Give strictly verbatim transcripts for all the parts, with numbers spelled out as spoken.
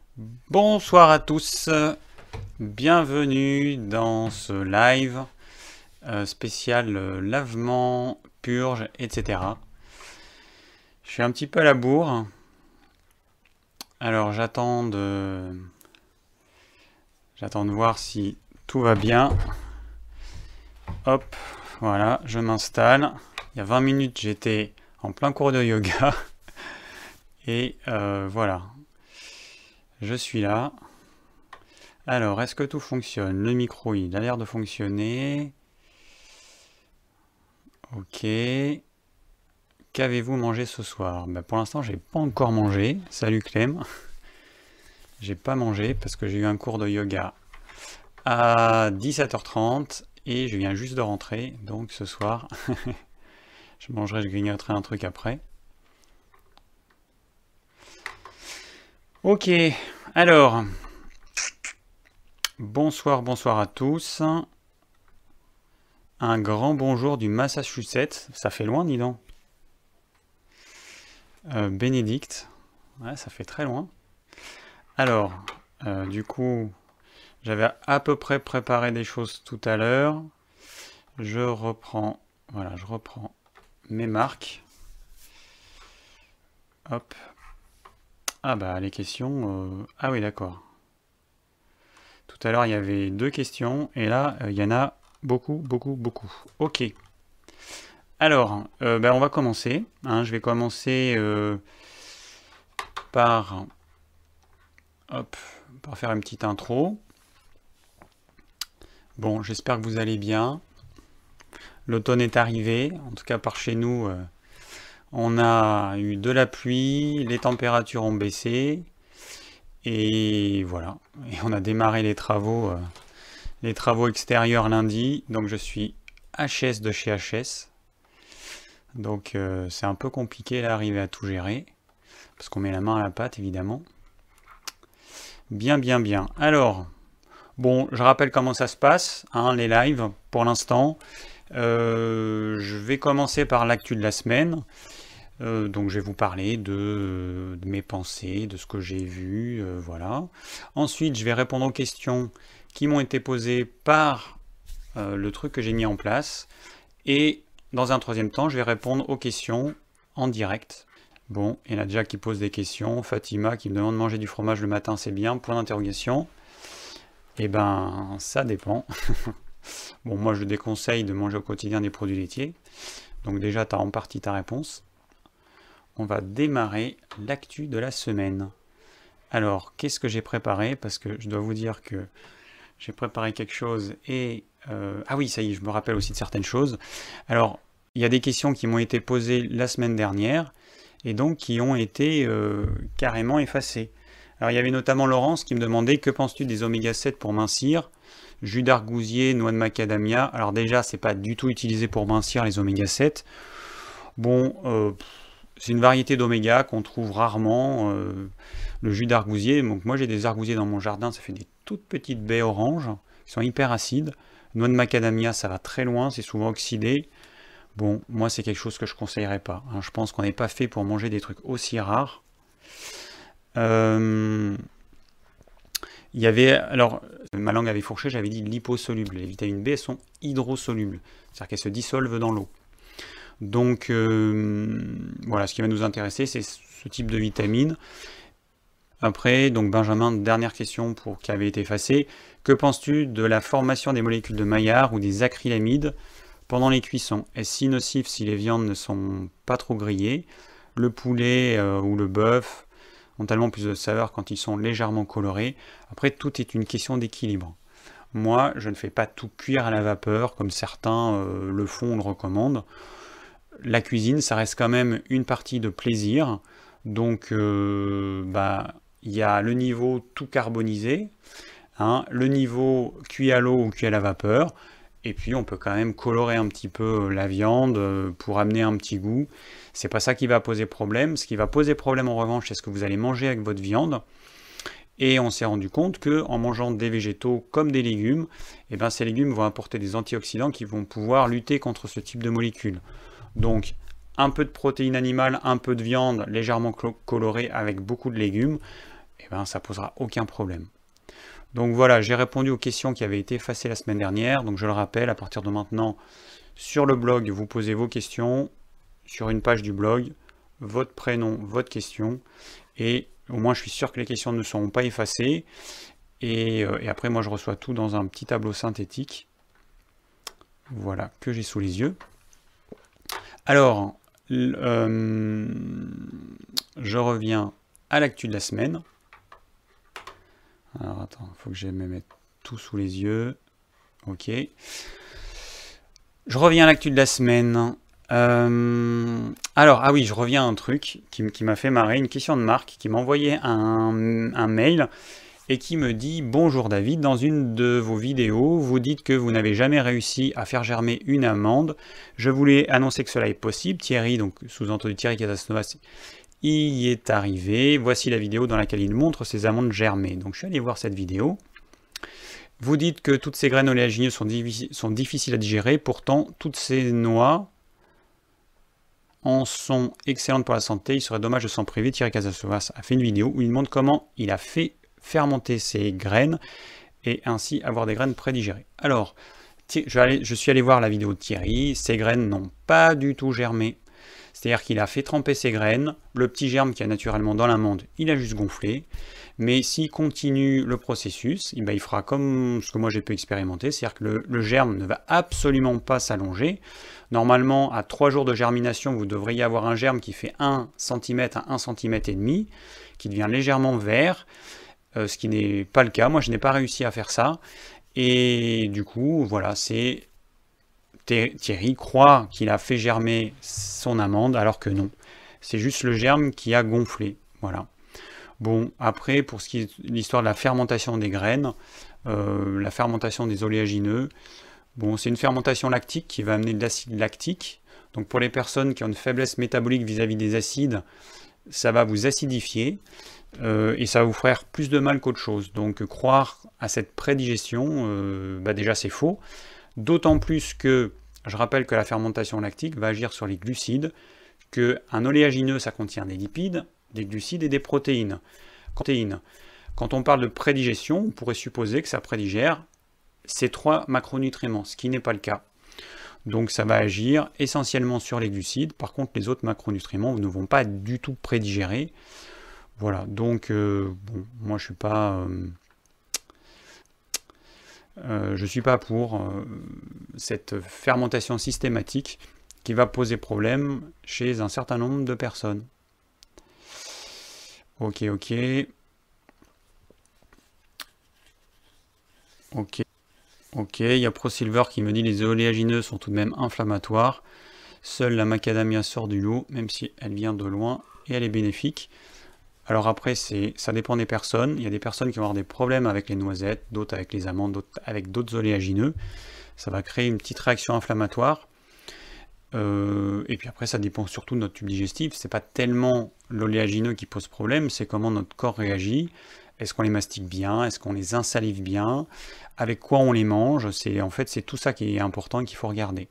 Bonsoir à tous, bienvenue dans ce live euh, spécial euh, lavement, purge, et cetera. Je suis un petit peu à la bourre, alors j'attends de... j'attends de voir si tout va bien. Hop, voilà, je m'installe. Il y a vingt minutes, j'étais en plein cours de yoga. Et euh, voilà, je suis là. Alors, est-ce que tout fonctionne? Le micro, il a l'air de fonctionner. Ok. Qu'avez-vous mangé ce soir? Bah, pour l'instant, j'ai pas encore mangé. Salut Clem. J'ai pas mangé parce que j'ai eu un cours de yoga à dix-sept heures trente et je viens juste de rentrer. Donc ce soir, je mangerai, je grignoterai un truc après. Ok, alors, bonsoir, bonsoir à tous. Un grand bonjour du Massachusetts. Ça fait loin, dis donc. Euh, Bénédicte. Ouais, ça fait très loin. Alors, euh, du coup, j'avais à peu près préparé des choses tout à l'heure. Je reprends, voilà, je reprends mes marques. Hop. Ah bah les questions. Euh... Ah oui, d'accord. Tout à l'heure, il y avait deux questions et là, euh, il y en a beaucoup, beaucoup, beaucoup. Ok. Alors, euh, ben, on va commencer. Hein, je vais commencer euh, par, hop, par faire une petite intro. Bon, j'espère que vous allez bien. L'automne est arrivé, en tout cas par chez nous, euh, on a eu de la pluie, les températures ont baissé, et voilà. Et on a démarré les travaux, euh, les travaux extérieurs lundi, donc je suis H S de chez H S. Donc euh, c'est un peu compliqué d'arriver à tout gérer, parce qu'on met la main à la pâte évidemment. Bien, bien, bien. Alors, bon, je rappelle comment ça se passe, hein, les lives, pour l'instant. Euh, je vais commencer par l'actu de la semaine. Euh, donc je vais vous parler de, de mes pensées, de ce que j'ai vu, euh, voilà. Ensuite, je vais répondre aux questions qui m'ont été posées par euh, le truc que j'ai mis en place. Et dans un troisième temps, je vais répondre aux questions en direct. Bon, il y en a déjà qui posent des questions. Fatima qui me demande de manger du fromage le matin, c'est bien, point d'interrogation. Eh ben, ça dépend. Bon, moi je déconseille de manger au quotidien des produits laitiers. Donc déjà, tu as en partie ta réponse. On va démarrer l'actu de la semaine. Alors, qu'est-ce que j'ai préparé? Parce que je dois vous dire que j'ai préparé quelque chose et... Euh, ah oui, ça y est, je me rappelle aussi de certaines choses. Alors, il y a des questions qui m'ont été posées la semaine dernière et donc qui ont été euh, carrément effacées. Alors, il y avait notamment Laurence qui me demandait que penses-tu des oméga sept pour mincir? Jus d'argousier, noix de macadamia. Alors déjà, c'est pas du tout utilisé pour mincir les oméga sept. Bon, euh, c'est une variété d'oméga qu'on trouve rarement. Euh, le jus d'argousier, donc moi j'ai des argousiers dans mon jardin, ça fait des toutes petites baies oranges qui sont hyper acides. Noix de macadamia, ça va très loin, c'est souvent oxydé. Bon, moi c'est quelque chose que je conseillerais pas. Hein. Je pense qu'on n'est pas fait pour manger des trucs aussi rares. Euh... Il y avait, alors, ma langue avait fourché, j'avais dit liposoluble. Les vitamines B, elles sont hydrosolubles, c'est-à-dire qu'elles se dissolvent dans l'eau. Donc, euh, voilà, ce qui va nous intéresser, c'est ce type de vitamines. Après, donc Benjamin, dernière question pour qui avait été effacée. Que penses-tu de la formation des molécules de Maillard ou des acrylamides pendant les cuissons? Est-ce si nocif si les viandes ne sont pas trop grillées? Le poulet euh, ou le bœuf ont tellement plus de saveur quand ils sont légèrement colorés. Après, tout est une question d'équilibre. Moi, je ne fais pas tout cuire à la vapeur, comme certains euh, le font ou le recommandent. La cuisine, ça reste quand même une partie de plaisir. Donc, euh, bah, il y a le niveau tout carbonisé, hein, le niveau cuit à l'eau ou cuit à la vapeur, et puis on peut quand même colorer un petit peu la viande pour amener un petit goût. C'est pas ça qui va poser problème. Ce qui va poser problème en revanche, c'est ce que vous allez manger avec votre viande. Et on s'est rendu compte que en mangeant des végétaux comme des légumes, eh ben, ces légumes vont apporter des antioxydants qui vont pouvoir lutter contre ce type de molécules. Donc un peu de protéines animales, un peu de viande légèrement colorée avec beaucoup de légumes, eh ben, ça posera aucun problème. Donc voilà, j'ai répondu aux questions qui avaient été effacées la semaine dernière. Donc je le rappelle, à partir de maintenant, sur le blog, vous posez vos questions. Sur une page du blog, votre prénom, votre question. Et au moins, je suis sûr que les questions ne seront pas effacées. Et, euh, et après, moi, je reçois tout dans un petit tableau synthétique. Voilà, que j'ai sous les yeux. Alors, euh, je reviens à l'actu de la semaine. Alors, attends, il faut que je me mette tout sous les yeux. Ok. Je reviens à l'actu de la semaine. Euh, alors, ah oui, je reviens à un truc qui, qui m'a fait marrer. Une question de Marc qui m'a envoyé un, un mail et qui me dit « Bonjour David, dans une de vos vidéos, vous dites que vous n'avez jamais réussi à faire germer une amande. Je voulais annoncer que cela est possible. Thierry, donc sous-entendu Thierry Casanovas, y est arrivé. Voici la vidéo dans laquelle il montre ses amandes germées. » Donc je suis allé voir cette vidéo. Vous dites que toutes ces graines oléagineuses sont, sont difficiles à digérer. Pourtant, toutes ces noix en sont excellentes pour la santé. Il serait dommage de s'en priver. Thierry Casanovas a fait une vidéo où il montre comment il a fait fermenter ses graines et ainsi avoir des graines prédigérées. Alors, je, allé, je suis allé voir la vidéo de Thierry, ces graines n'ont pas du tout germé. C'est-à-dire qu'il a fait tremper ses graines, le petit germe qui est naturellement dans l'amande, il a juste gonflé. Mais s'il continue le processus, eh ben, il fera comme ce que moi j'ai pu expérimenter, c'est-à-dire que le, le germe ne va absolument pas s'allonger. Normalement, à trois jours de germination, vous devriez avoir un germe qui fait un centimètre à un centimètre et demi, qui devient légèrement vert. Euh, ce qui n'est pas le cas. Moi, je n'ai pas réussi à faire ça. Et du coup, voilà, c'est Thierry croit qu'il a fait germer son amande, alors que non. C'est juste le germe qui a gonflé. Voilà. Bon, après, pour ce qui est l'histoire de la fermentation des graines, euh, la fermentation des oléagineux, bon, c'est une fermentation lactique qui va amener de l'acide lactique. Donc, pour les personnes qui ont une faiblesse métabolique vis-à-vis des acides, ça va vous acidifier. Euh, et ça va vous faire plus de mal qu'autre chose. Donc croire à cette prédigestion, euh, bah déjà c'est faux. D'autant plus que, je rappelle que la fermentation lactique va agir sur les glucides, qu'un oléagineux ça contient des lipides, des glucides et des protéines. Quand on parle de prédigestion, on pourrait supposer que ça prédigère ces trois macronutriments, ce qui n'est pas le cas. Donc ça va agir essentiellement sur les glucides. Par contre, les autres macronutriments ne vont pas du tout prédigérer. Voilà, donc euh, bon, moi je suis pas, euh, euh, je suis pas pour euh, cette fermentation systématique qui va poser problème chez un certain nombre de personnes. Ok, ok, ok, ok. Il y a ProSilver qui me dit les oléagineux sont tout de même inflammatoires. Seule la macadamia sort du lot, même si elle vient de loin et elle est bénéfique. Alors après, ça dépend des personnes. Il y a des personnes qui vont avoir des problèmes avec les noisettes, d'autres avec les amandes, d'autres avec d'autres oléagineux. Ça va créer une petite réaction inflammatoire. Euh, et puis après, ça dépend surtout de notre tube digestif. C'est pas tellement l'oléagineux qui pose problème, c'est comment notre corps réagit. Est-ce qu'on les mastique bien? Est-ce qu'on les insalive bien? Avec quoi on les mange? C'est en fait, c'est tout ça qui est important et qu'il faut regarder.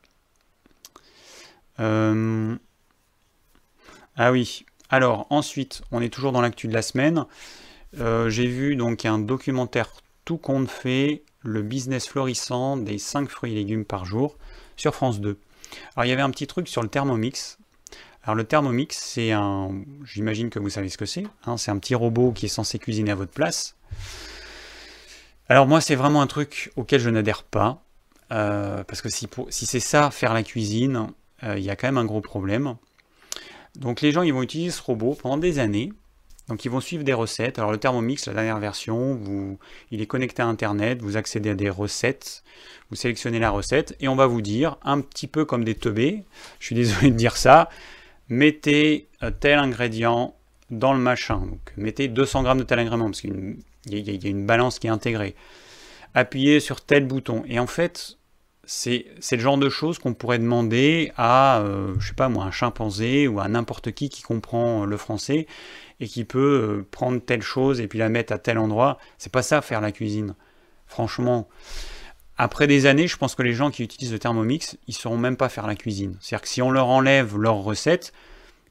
Euh... Ah oui. Alors ensuite, on est toujours dans l'actu de la semaine. Euh, J'ai vu donc un documentaire tout compte fait, le business florissant des cinq fruits et légumes par jour sur France deux. Alors il y avait un petit truc sur le Thermomix. Alors le Thermomix, c'est un, j'imagine que vous savez ce que c'est, hein, c'est un petit robot qui est censé cuisiner à votre place. Alors moi, c'est vraiment un truc auquel je n'adhère pas, euh, parce que si, si c'est ça, faire la cuisine, euh, il y a quand même un gros problème. Donc les gens ils vont utiliser ce robot pendant des années, donc ils vont suivre des recettes. Alors le Thermomix, la dernière version, vous, il est connecté à internet, vous accédez à des recettes, vous sélectionnez la recette et on va vous dire, un petit peu comme des teubés, je suis désolé de dire ça, mettez tel ingrédient dans le machin, donc mettez deux cents grammes de tel ingrédient, parce qu'il y, y a une balance qui est intégrée, appuyez sur tel bouton, et en fait, c'est le genre de choses qu'on pourrait demander à, euh, je sais pas moi, un chimpanzé ou à n'importe qui qui comprend le français et qui peut euh, prendre telle chose et puis la mettre à tel endroit. C'est pas ça faire la cuisine. Franchement, après des années, je pense que les gens qui utilisent le Thermomix, ils sauront même pas faire la cuisine. C'est-à-dire que si on leur enlève leur recette,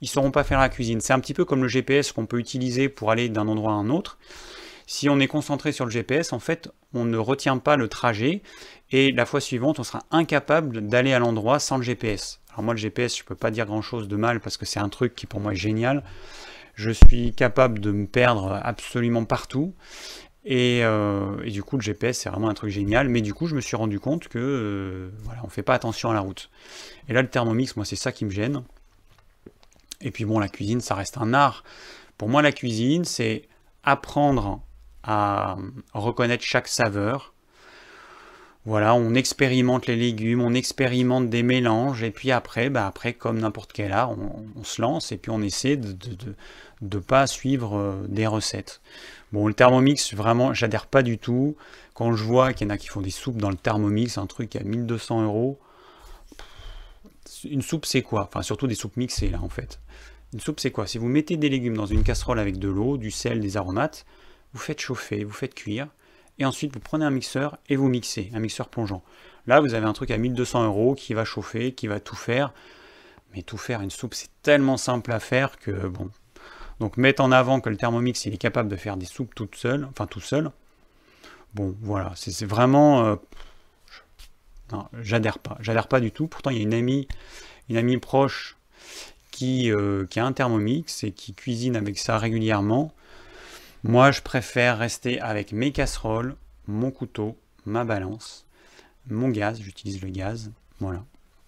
ils ne sauront pas faire la cuisine. C'est un petit peu comme le G P S qu'on peut utiliser pour aller d'un endroit à un autre. Si on est concentré sur le G P S, en fait, on ne retient pas le trajet et la fois suivante, on sera incapable d'aller à l'endroit sans le G P S. Alors moi, le G P S, je ne peux pas dire grand-chose de mal parce que c'est un truc qui pour moi est génial. Je suis capable de me perdre absolument partout. Et, euh, et du coup, le G P S, c'est vraiment un truc génial. Mais du coup, je me suis rendu compte que euh, voilà, on ne fait pas attention à la route. Et là, le Thermomix, moi, c'est ça qui me gêne. Et puis bon, la cuisine, ça reste un art. Pour moi, la cuisine, c'est apprendre à reconnaître chaque saveur. Voilà, on expérimente les légumes, on expérimente des mélanges, et puis après, bah après comme n'importe quel art, on, on se lance et puis on essaie de ne de, de, de pas suivre euh, des recettes. Bon, le Thermomix, vraiment, j'adhère pas du tout. Quand je vois qu'il y en a qui font des soupes dans le Thermomix, un truc à mille deux cents euros, une soupe c'est quoi? Enfin, surtout des soupes mixées là en fait. Une soupe c'est quoi? Si vous mettez des légumes dans une casserole avec de l'eau, du sel, des aromates, vous faites chauffer, vous faites cuire, et ensuite vous prenez un mixeur et vous mixez, un mixeur plongeant. Là vous avez un truc à mille deux cents euros qui va chauffer, qui va tout faire. Mais tout faire, une soupe c'est tellement simple à faire que bon. Donc mettre en avant que le Thermomix il est capable de faire des soupes toutes seules, enfin tout seul. Bon voilà, c'est vraiment... Euh, non, j'adhère pas, j'adhère pas du tout. Pourtant il y a une amie, une amie proche qui, euh, qui a un Thermomix et qui cuisine avec ça régulièrement. Moi, je préfère rester avec mes casseroles, mon couteau, ma balance, mon gaz, j'utilise le gaz, voilà.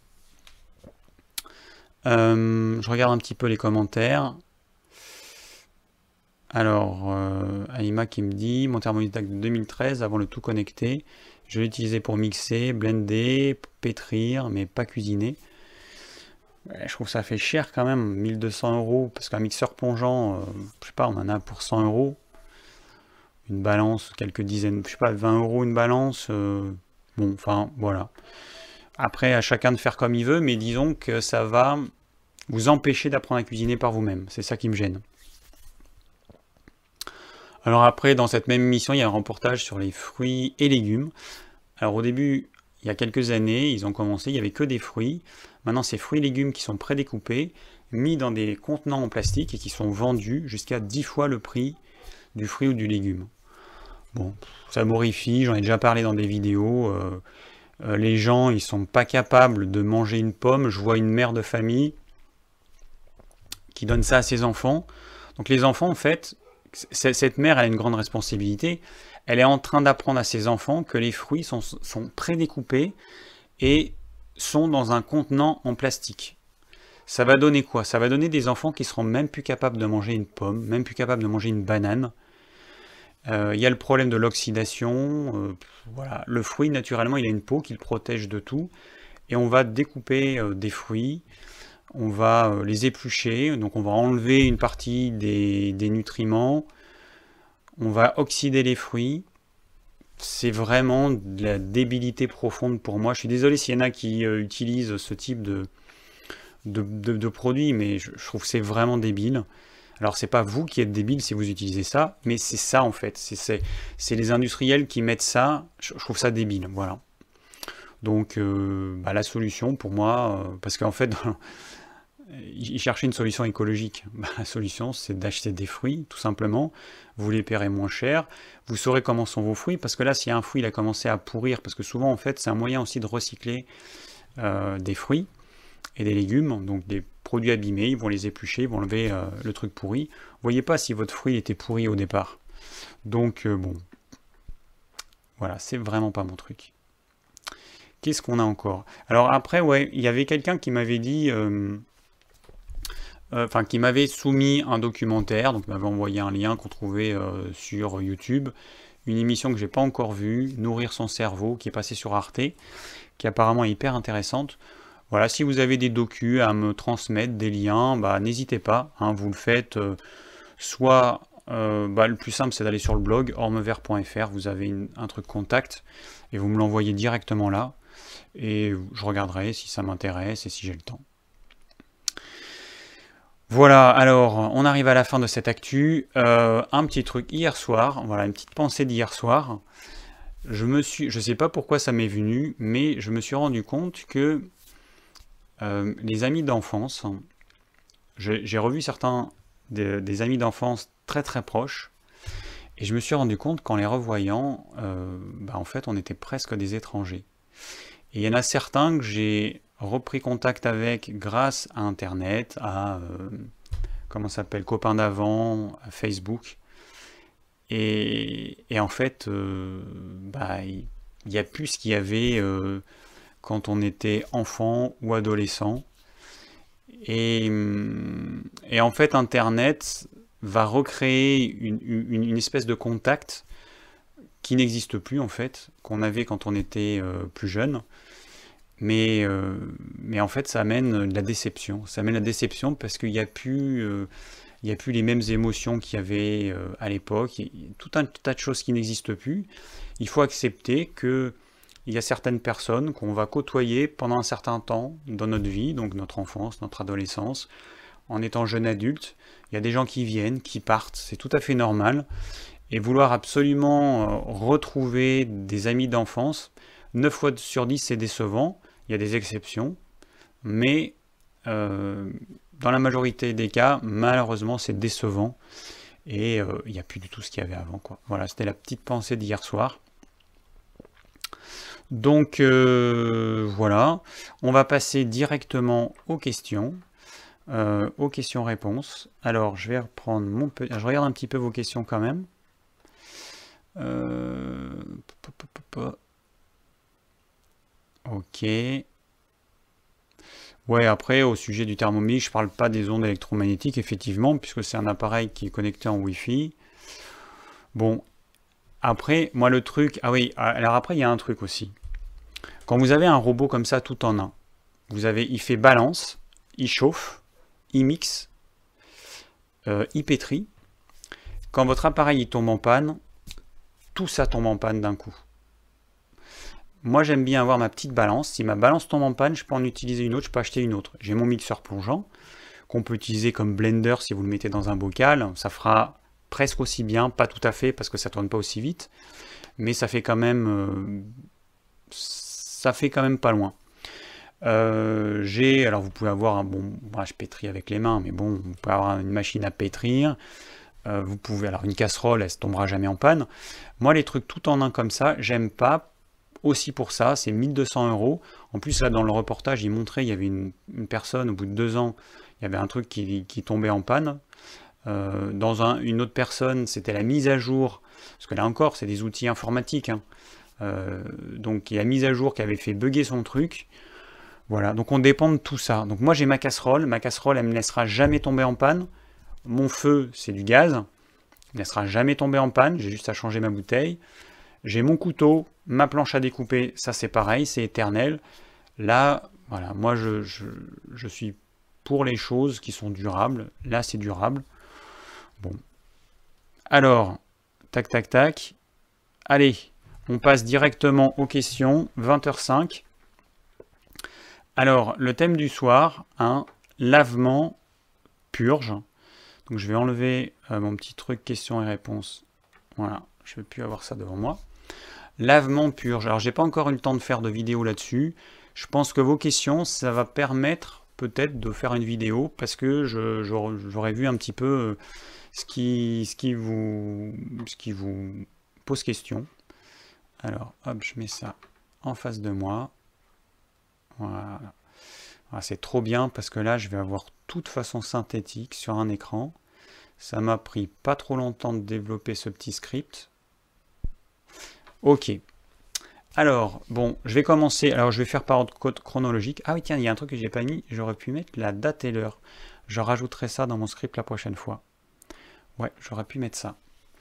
Euh, je regarde un petit peu les commentaires. Alors, euh, Alima qui me dit, mon Thermomix date de deux mille treize, avant le tout connecté. Je l'ai utilisé pour mixer, blender, pétrir, mais pas cuisiner. Je trouve que ça fait cher quand même, mille deux cents euros, parce qu'un mixeur plongeant, euh, je sais pas, on en a pour cent euros. Une balance, quelques dizaines, je sais pas, vingt euros une balance. Euh, bon, enfin, voilà. Après, à chacun de faire comme il veut, mais disons que ça va vous empêcher d'apprendre à cuisiner par vous-même. C'est ça qui me gêne. Alors après, dans cette même émission, il y a un reportage sur les fruits et légumes. Alors au début, il y a quelques années, ils ont commencé, il n'y avait que des fruits. Maintenant, c'est fruits et légumes qui sont prédécoupés, mis dans des contenants en plastique et qui sont vendus jusqu'à dix fois le prix du fruit ou du légume. Bon, ça m'horrifie, j'en ai déjà parlé dans des vidéos. Euh, euh, les gens, ils sont pas capables de manger une pomme. Je vois une mère de famille qui donne ça à ses enfants. Donc les enfants, en fait, cette mère, elle a une grande responsabilité. Elle est en train d'apprendre à ses enfants que les fruits sont, sont prédécoupés et sont dans un contenant en plastique. Ça va donner quoi? Ça va donner des enfants qui seront même plus capables de manger une pomme, même plus capables de manger une banane. Il euh, y a le problème de l'oxydation. Euh, voilà. Le fruit, naturellement, il a une peau qui le protège de tout. Et on va découper euh, des fruits, on va euh, les éplucher, donc on va enlever une partie des, des nutriments, on va oxyder les fruits. C'est vraiment de la débilité profonde pour moi. Je suis désolé s'il y en a qui euh, utilisent ce type de, de, de, de produit, mais je, je trouve que c'est vraiment débile. Alors c'est pas vous qui êtes débile si vous utilisez ça, mais c'est ça en fait. C'est les industriels qui mettent ça, je, je trouve ça débile, voilà. Donc euh, bah, la solution pour moi, euh, parce qu'en fait, ils cherchaient une solution écologique. Bah, la solution c'est d'acheter des fruits, tout simplement. Vous les paierez moins cher, vous saurez comment sont vos fruits, parce que là si un fruit il a commencé à pourrir, parce que souvent en fait c'est un moyen aussi de recycler euh, des fruits et des légumes, donc des produits abîmés, ils vont les éplucher, ils vont enlever euh, le truc pourri. Vous voyez pas si votre fruit était pourri au départ. Donc euh, bon, voilà, c'est vraiment pas mon truc. Qu'est-ce qu'on a encore? Alors après, ouais, il y avait quelqu'un qui m'avait dit, euh, euh, enfin qui m'avait soumis un documentaire, donc m'avait envoyé un lien qu'on trouvait euh, sur YouTube, une émission que j'ai pas encore vue, Nourrir son cerveau, qui est passée sur Arte, qui apparemment est hyper intéressante. Voilà, si vous avez des docus à me transmettre, des liens, bah, n'hésitez pas, hein, vous le faites. Euh, soit, euh, bah, le plus simple, c'est d'aller sur le blog ormevert point F R, vous avez une, un truc contact, et vous me l'envoyez directement là, et je regarderai si ça m'intéresse et si j'ai le temps. Voilà, alors, on arrive à la fin de cette actu. Euh, un petit truc, hier soir, voilà, une petite pensée d'hier soir, je me suis, je sais pas pourquoi ça m'est venu, mais je me suis rendu compte que Euh, les amis d'enfance, J'ai revu certains des, des amis d'enfance très très proches, et je me suis rendu compte qu'en les revoyant, euh, bah, en fait, on était presque des étrangers. Et il y en a certains que j'ai repris contact avec grâce à Internet, à, euh, comment ça s'appelle, copains d'avant, à Facebook. Et, et en fait, euh, bah, il n'y a plus ce qu'il y avait euh, quand on était enfant ou adolescent. Et, et en fait, Internet va recréer une, une, une espèce de contact qui n'existe plus en fait, qu'on avait quand on était euh, plus jeune. Mais, euh, mais en fait, ça amène de la déception. Ça amène la déception parce qu'il n'y a plus, euh, il y a plus les mêmes émotions qu'il y avait euh, à l'époque. Il y a tout un tas de choses qui n'existent plus. Il faut accepter que il y a certaines personnes qu'on va côtoyer pendant un certain temps dans notre vie, donc notre enfance, notre adolescence, en étant jeune adulte. Il y a des gens qui viennent, qui partent, c'est tout à fait normal. Et vouloir absolument retrouver des amis d'enfance, neuf fois sur dix c'est décevant, il y a des exceptions, mais euh, dans la majorité des cas, malheureusement c'est décevant, et euh, il n'y a plus du tout ce qu'il y avait avant, quoi. Voilà, c'était la petite pensée d'hier soir. Donc euh, voilà, on va passer directement aux questions, euh, aux questions-réponses. Alors je vais reprendre mon peu, je regarde un petit peu vos questions quand même. Euh... Ok. Ouais, après, au sujet du thermomix, je parle pas des ondes électromagnétiques, effectivement, puisque c'est un appareil qui est connecté en Wi-Fi. Bon, après, moi le truc... Ah oui, alors après, il y a un truc aussi. Quand vous avez un robot comme ça, tout en un, vous avez, il fait balance, il chauffe, il mixe, euh, il pétrit. Quand votre appareil il tombe en panne, tout ça tombe en panne d'un coup. Moi, j'aime bien avoir ma petite balance. Si ma balance tombe en panne, je peux en utiliser une autre, je peux acheter une autre. J'ai mon mixeur plongeant, qu'on peut utiliser comme blender si vous le mettez dans un bocal. Ça fera presque aussi bien, pas tout à fait, parce que ça ne tourne pas aussi vite. Mais ça fait quand même, euh, ça fait quand même pas loin. Euh, j'ai, alors vous pouvez avoir un bon, moi je pétris avec les mains, mais bon, vous pouvez avoir une machine à pétrir. Euh, vous pouvez, alors une casserole, elle ne tombera jamais en panne. Moi, les trucs tout en un comme ça, j'aime pas. Aussi pour ça, c'est mille deux cents euros. En plus, là, dans le reportage, il montrait, il y avait une, une personne, au bout de deux ans, il y avait un truc qui, qui tombait en panne. Euh, dans un, une autre personne, c'était la mise à jour, parce que là encore, c'est des outils informatiques. Hein. Euh, donc, il y a la mise à jour qui avait fait bugger son truc. Voilà, donc on dépend de tout ça. Donc moi, j'ai ma casserole. Ma casserole, elle ne me laissera jamais tomber en panne. Mon feu, c'est du gaz. Il ne laissera jamais tomber en panne. J'ai juste à changer ma bouteille. J'ai mon couteau, ma planche à découper, ça c'est pareil, c'est éternel. Là, voilà, moi je, je, je suis pour les choses qui sont durables. Là, c'est durable. Bon. Alors, tac, tac, tac. Allez, on passe directement aux questions. vingt heures cinq. Alors, le thème du soir, hein, lavement, purge. Donc, je vais enlever euh, mon petit truc questions et réponses. Voilà, je ne vais plus avoir ça devant moi. Lavement, purge. Alors, j'ai pas encore eu le temps de faire de vidéo là-dessus. Je pense que vos questions, ça va permettre peut-être de faire une vidéo parce que j'aurais vu un petit peu ce qui, ce qui, vous, ce qui vous pose question. Alors, hop, je mets ça en face de moi. Voilà. Voilà, c'est trop bien parce que là, je vais avoir toute façon synthétique sur un écran. Ça m'a pris pas trop longtemps de développer ce petit script. Ok. Alors, bon, je vais commencer. Alors, je vais faire par ordre chronologique. Ah oui, tiens, il y a un truc que j'ai pas mis. J'aurais pu mettre la date et l'heure. Je rajouterai ça dans mon script la prochaine fois. Ouais, j'aurais pu mettre ça.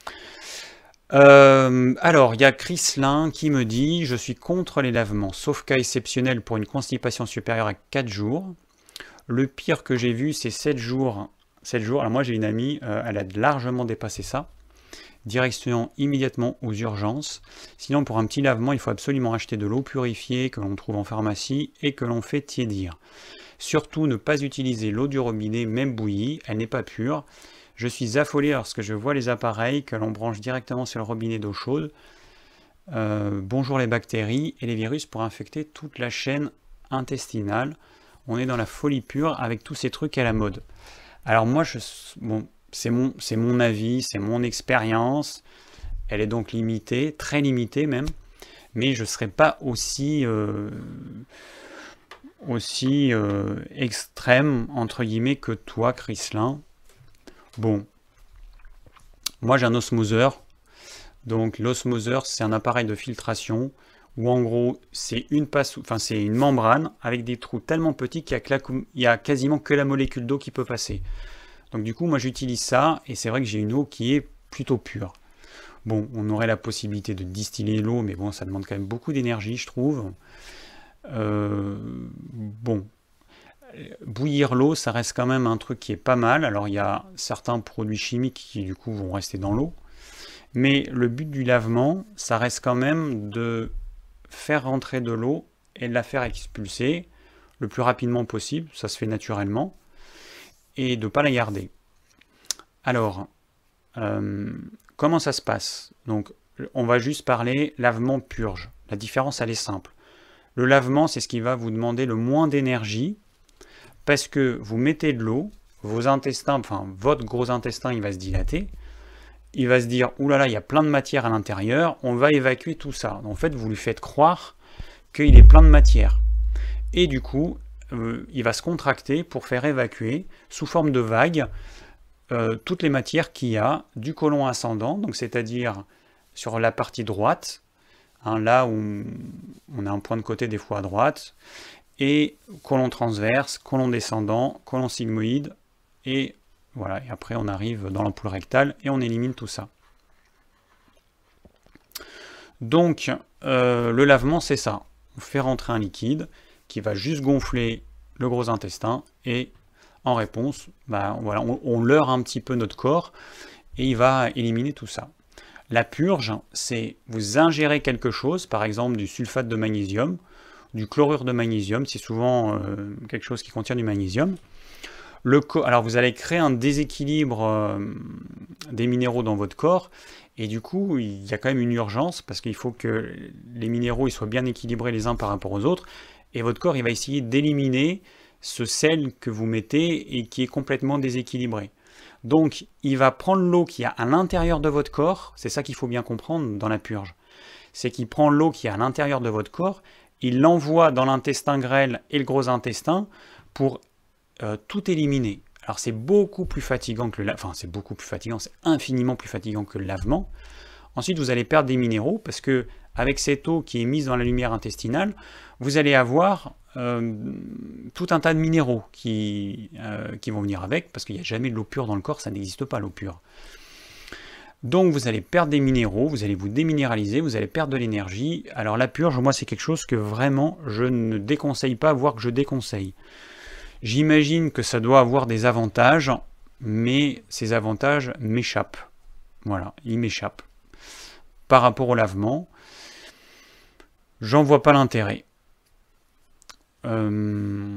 Euh, alors, il y a Chrislin qui me dit « Je suis contre les lavements, sauf cas exceptionnel pour une constipation supérieure à quatre jours. Le pire que j'ai vu, c'est sept jours. sept jours. Alors moi, j'ai une amie, euh, elle a largement dépassé ça. Direction immédiatement aux urgences. Sinon, pour un petit lavement, il faut absolument acheter de l'eau purifiée que l'on trouve en pharmacie et que l'on fait tiédir. Surtout, ne pas utiliser l'eau du robinet, même bouillie, elle n'est pas pure. Je suis affolé lorsque je vois les appareils que l'on branche directement sur le robinet d'eau chaude. Euh, bonjour les bactéries et les virus pour infecter toute la chaîne intestinale. On est dans la folie pure avec tous ces trucs à la mode. » Alors moi, je, bon, c'est mon, c'est mon avis, c'est mon expérience. Elle est donc limitée, très limitée même. Mais je ne serai pas aussi, euh, aussi euh, extrême, entre guillemets, que toi, Chrislin. Bon, moi j'ai un osmoseur. Donc l'osmoseur, c'est un appareil de filtration où en gros, c'est une passe, enfin c'est une membrane avec des trous tellement petits qu'il y a, il y a quasiment que la molécule d'eau qui peut passer. Donc du coup, moi j'utilise ça et c'est vrai que j'ai une eau qui est plutôt pure. Bon, on aurait la possibilité de distiller l'eau, mais bon, ça demande quand même beaucoup d'énergie, je trouve. Euh, bon, bouillir l'eau, ça reste quand même un truc qui est pas mal. Alors il y a certains produits chimiques qui du coup vont rester dans l'eau. Mais le but du lavement, ça reste quand même de faire rentrer de l'eau et de la faire expulser le plus rapidement possible, ça se fait naturellement, et de ne pas la garder. Alors, euh, comment ça se passe? Donc, on va juste parler lavement-purge. La différence, elle est simple. Le lavement, c'est ce qui va vous demander le moins d'énergie, parce que vous mettez de l'eau, vos intestins, enfin, votre gros intestin, il va se dilater, il va se dire, oulala, il y a plein de matière à l'intérieur, on va évacuer tout ça. En fait, vous lui faites croire qu'il est plein de matière. Et du coup, euh, il va se contracter pour faire évacuer, sous forme de vagues, euh, toutes les matières qu'il y a du côlon ascendant, donc c'est-à-dire sur la partie droite, hein, là où on a un point de côté des fois à droite, et côlon transverse, côlon descendant, côlon sigmoïde, et voilà, et après on arrive dans l'ampoule rectale et on élimine tout ça. Donc, euh, le lavement, c'est ça. On fait rentrer un liquide qui va juste gonfler le gros intestin et en réponse, bah, voilà, on, on leurre un petit peu notre corps et il va éliminer tout ça. La purge, c'est vous ingérez quelque chose, par exemple du sulfate de magnésium, du chlorure de magnésium, c'est souvent euh, quelque chose qui contient du magnésium. Le Alors vous allez créer un déséquilibre euh, des minéraux dans votre corps et du coup il y a quand même une urgence parce qu'il faut que les minéraux ils soient bien équilibrés les uns par rapport aux autres et votre corps il va essayer d'éliminer ce sel que vous mettez et qui est complètement déséquilibré. Donc il va prendre l'eau qui est à l'intérieur de votre corps, c'est ça qu'il faut bien comprendre dans la purge, c'est qu'il prend l'eau qui est à l'intérieur de votre corps, il l'envoie dans l'intestin grêle et le gros intestin pour Euh, tout éliminer. Alors c'est beaucoup plus fatigant que le lavement, enfin c'est beaucoup plus fatigant, c'est infiniment plus fatigant que le lavement. Ensuite vous allez perdre des minéraux parce que avec cette eau qui est mise dans la lumière intestinale, vous allez avoir euh, tout un tas de minéraux qui, euh, qui vont venir avec parce qu'il n'y a jamais de l'eau pure dans le corps, ça n'existe pas l'eau pure. Donc vous allez perdre des minéraux, vous allez vous déminéraliser, vous allez perdre de l'énergie. Alors la purge, moi c'est quelque chose que vraiment je ne déconseille pas, voire que je déconseille. J'imagine que ça doit avoir des avantages, mais ces avantages m'échappent. Voilà, ils m'échappent. Par rapport au lavement, j'en vois pas l'intérêt. Euh...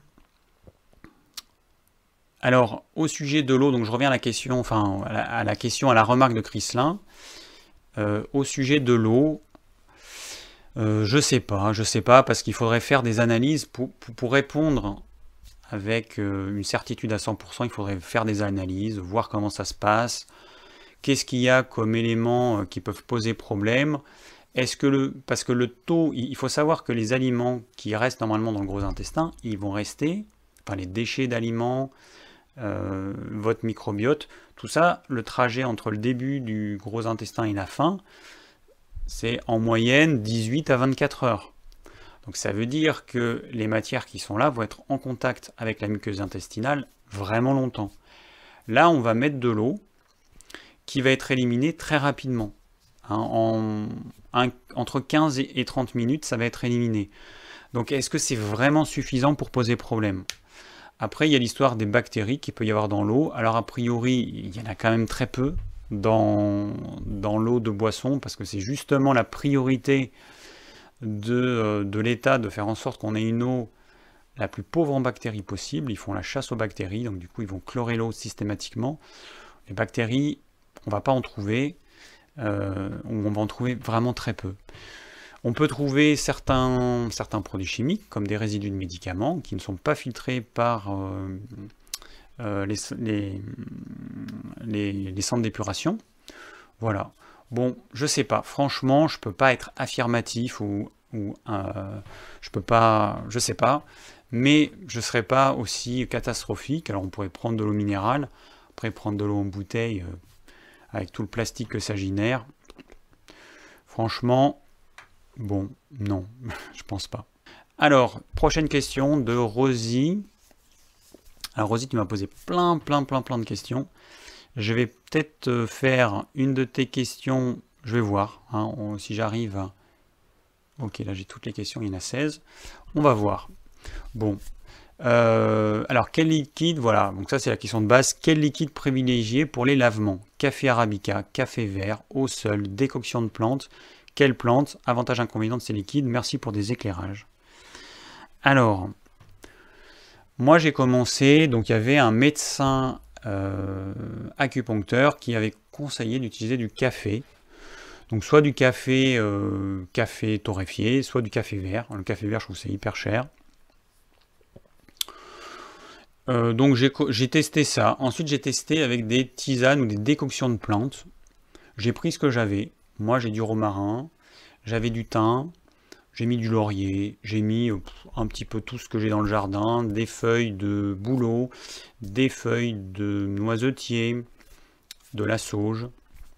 Alors, au sujet de l'eau, donc je reviens à la question, enfin à la, à la question, à la remarque de Chrislin. Euh, au sujet de l'eau, euh, je sais pas, je sais pas, parce qu'il faudrait faire des analyses pour, pour, pour répondre. Avec une certitude à cent pour cent, il faudrait faire des analyses, voir comment ça se passe, qu'est-ce qu'il y a comme éléments qui peuvent poser problème. Est-ce que le, parce que le taux, il faut savoir que les aliments qui restent normalement dans le gros intestin, ils vont rester, enfin les déchets d'aliments, euh, votre microbiote, tout ça, le trajet entre le début du gros intestin et la fin, c'est en moyenne dix-huit à vingt-quatre heures. Donc ça veut dire que les matières qui sont là vont être en contact avec la muqueuse intestinale vraiment longtemps. Là, on va mettre de l'eau qui va être éliminée très rapidement. Hein, en, un, entre quinze et trente minutes, ça va être éliminé. Donc est-ce que c'est vraiment suffisant pour poser problème? Après, il y a l'histoire des bactéries qu'il peut y avoir dans l'eau. Alors a priori, il y en a quand même très peu dans, dans l'eau de boisson parce que c'est justement la priorité de, de l'État de faire en sorte qu'on ait une eau la plus pauvre en bactéries possible. Ils font la chasse aux bactéries, donc du coup ils vont chlorer l'eau systématiquement. Les bactéries, on ne va pas en trouver, euh, on va en trouver vraiment très peu. On peut trouver certains, certains produits chimiques, comme des résidus de médicaments, qui ne sont pas filtrés par, euh, euh, les, les, les, les centres d'épuration. Voilà. Bon, je sais pas. Franchement, je peux pas être affirmatif ou, ou euh, je peux pas, je sais pas. Mais je serais pas aussi catastrophique. Alors on pourrait prendre de l'eau minérale, après prendre de l'eau en bouteille euh, avec tout le plastique que ça génère. Franchement, bon, non, je pense pas. Alors, prochaine question de Rosie. Alors Rosie, tu m'as posé plein, plein, plein, plein de questions. Je vais peut-être faire une de tes questions, je vais voir, hein, on, si j'arrive à... Ok, là j'ai toutes les questions, il y en a seize. On va voir. Bon, euh, alors quel liquide, voilà, donc ça c'est la question de base. Quel liquide privilégié pour les lavements? Café arabica, café vert, eau seule, décoction de plantes. Quelle plante? Avantage inconvénient de ces liquides? Merci pour des éclairages. Alors, moi j'ai commencé, donc il y avait un médecin euh, acupuncteur qui avait conseillé d'utiliser du café. Donc soit du café, euh, café torréfié, soit du café vert. Le café vert, je trouve que c'est hyper cher. Euh, donc j'ai testé ça. Ensuite j'ai testé avec des tisanes ou des décoctions de plantes. J'ai pris ce que j'avais. Moi j'ai du romarin, j'avais du thym, j'ai mis du laurier, j'ai mis euh, un petit peu tout ce que j'ai dans le jardin, des feuilles de bouleau, des feuilles de noisetier, de la sauge.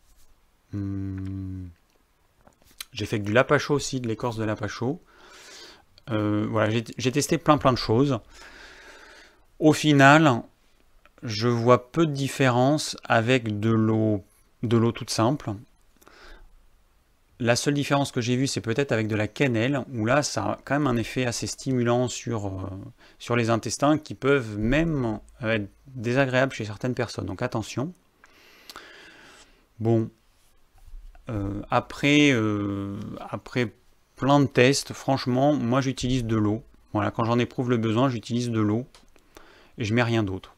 Hum. J'ai fait du lapacho aussi, de l'écorce de lapacho. Euh, voilà, j'ai testé plein plein de choses. Au final, je vois peu de différence avec de l'eau de l'eau toute simple. La seule différence que j'ai vue, c'est peut-être avec de la cannelle, où là, ça a quand même un effet assez stimulant sur, euh, sur les intestins, qui peuvent même être désagréables chez certaines personnes. Donc attention. Bon, euh, après, euh, après plein de tests, franchement, moi j'utilise de l'eau. Voilà, quand j'en éprouve le besoin, j'utilise de l'eau. Et je mets rien d'autre.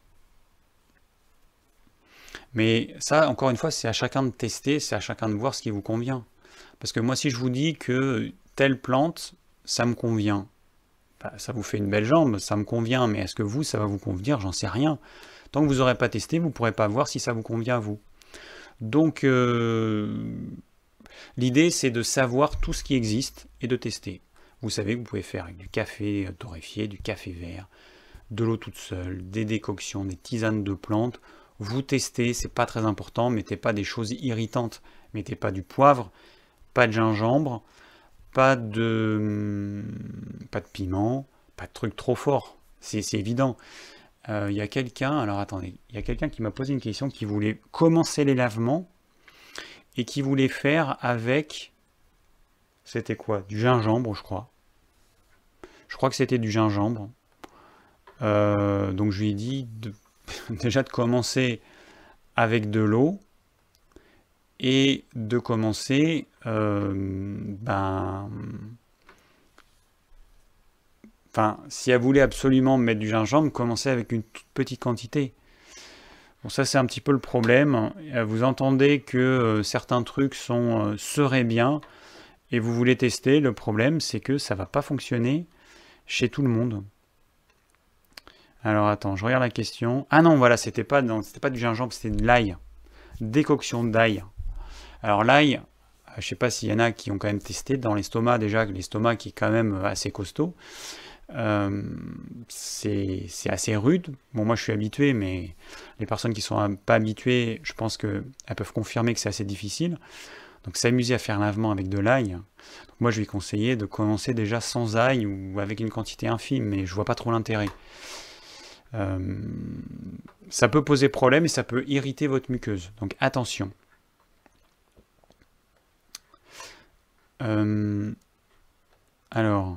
Mais ça, encore une fois, c'est à chacun de tester, c'est à chacun de voir ce qui vous convient. Parce que moi, si je vous dis que telle plante, ça me convient, bah, ça vous fait une belle jambe, ça me convient, mais est-ce que vous, ça va vous convenir? J'en sais rien. Tant que vous n'aurez pas testé, vous ne pourrez pas voir si ça vous convient à vous. Donc, euh, l'idée, c'est de savoir tout ce qui existe et de tester. Vous savez que vous pouvez faire avec du café torréfié, du café vert, de l'eau toute seule, des décoctions, des tisanes de plantes. Vous testez, c'est pas très important, mettez pas des choses irritantes, mettez pas du poivre, pas de gingembre, pas de pas de piment, pas de trucs trop forts, c'est évident. Il euh, y a quelqu'un, alors attendez, il y a quelqu'un qui m'a posé une question qui voulait commencer les lavements et qui voulait faire avec, c'était quoi? Du gingembre, je crois. Je crois que c'était du gingembre. Euh, donc je lui ai dit de, déjà de commencer avec de l'eau et de commencer euh, ben enfin si elle voulait absolument mettre du gingembre, commencer avec une toute petite quantité. Bon, ça c'est un petit peu le problème. Vous entendez que euh, certains trucs sont euh, seraient bien et vous voulez tester. Le problème c'est que ça va pas fonctionner chez tout le monde. Alors attends, je regarde la question. Ah non, voilà, c'était pas, c'était pas du gingembre, c'était de l'ail. Décoction d'ail. Alors l'ail, je sais pas s'il y en a qui ont quand même testé dans l'estomac, déjà, l'estomac qui est quand même assez costaud. Euh, c'est assez rude. Bon, moi je suis habitué, mais les personnes qui sont pas habituées, je pense qu'elles peuvent confirmer que c'est assez difficile. Donc s'amuser à faire un lavement avec de l'ail. Moi je vais conseiller de commencer déjà sans ail ou avec une quantité infime, mais je vois pas trop l'intérêt. Euh, ça peut poser problème et ça peut irriter votre muqueuse. Donc attention. Euh, alors,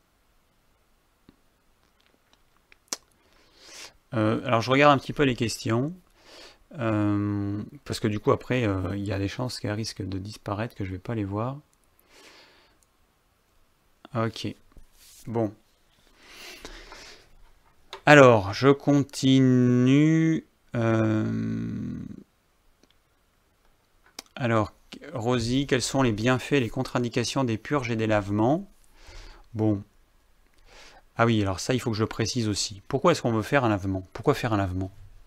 euh, alors je regarde un petit peu les questions. Euh, parce que du coup après euh, il y a des chances qu'elles risquent de disparaître, que je vais pas les voir. Ok. Bon. Alors, je continue. Euh... Alors, Rosie, quels sont les bienfaits et les contre-indications des purges et des lavements? Bon. Ah oui, alors ça, il faut que je le précise aussi. Pourquoi est-ce qu'on veut faire un lavement? Pourquoi faire un lavement?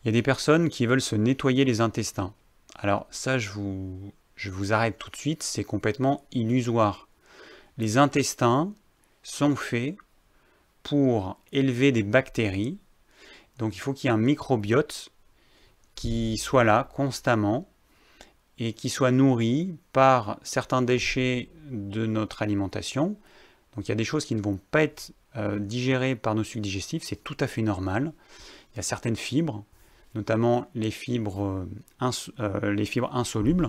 Il y a des personnes qui veulent se nettoyer les intestins. Alors ça, je vous, je vous arrête tout de suite, c'est complètement illusoire. Les intestins sont faits pour élever des bactéries. Donc il faut qu'il y ait un microbiote qui soit là constamment et qui soit nourri par certains déchets de notre alimentation. Donc il y a des choses qui ne vont pas être euh, digérées par nos sucs digestifs, c'est tout à fait normal. Il y a certaines fibres, notamment les fibres, euh, ins euh, les fibres insolubles,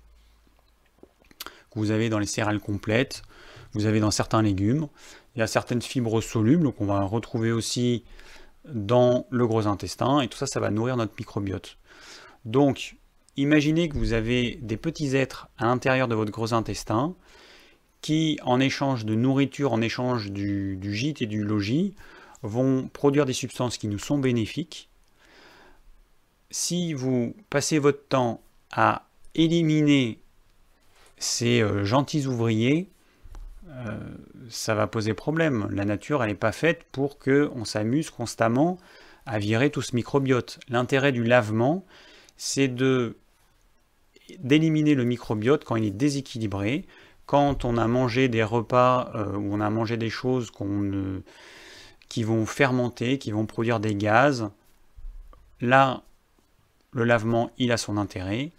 que vous avez dans les céréales complètes, vous avez dans certains légumes. Il y a certaines fibres solubles qu'on va retrouver aussi dans le gros intestin, et tout ça, ça va nourrir notre microbiote. Donc, imaginez que vous avez des petits êtres à l'intérieur de votre gros intestin qui, en échange de nourriture, en échange du, du gîte et du logis, vont produire des substances qui nous sont bénéfiques. Si vous passez votre temps à éliminer ces euh, gentils ouvriers, euh, ça va poser problème. La nature, elle n'est pas faite pour qu'on s'amuse constamment à virer tout ce microbiote. L'intérêt du lavement, c'est de d'éliminer le microbiote quand il est déséquilibré, quand on a mangé des repas euh, où on a mangé des choses qu'on ne, qui vont fermenter, qui vont produire des gaz. Là, le lavement, il a son intérêt.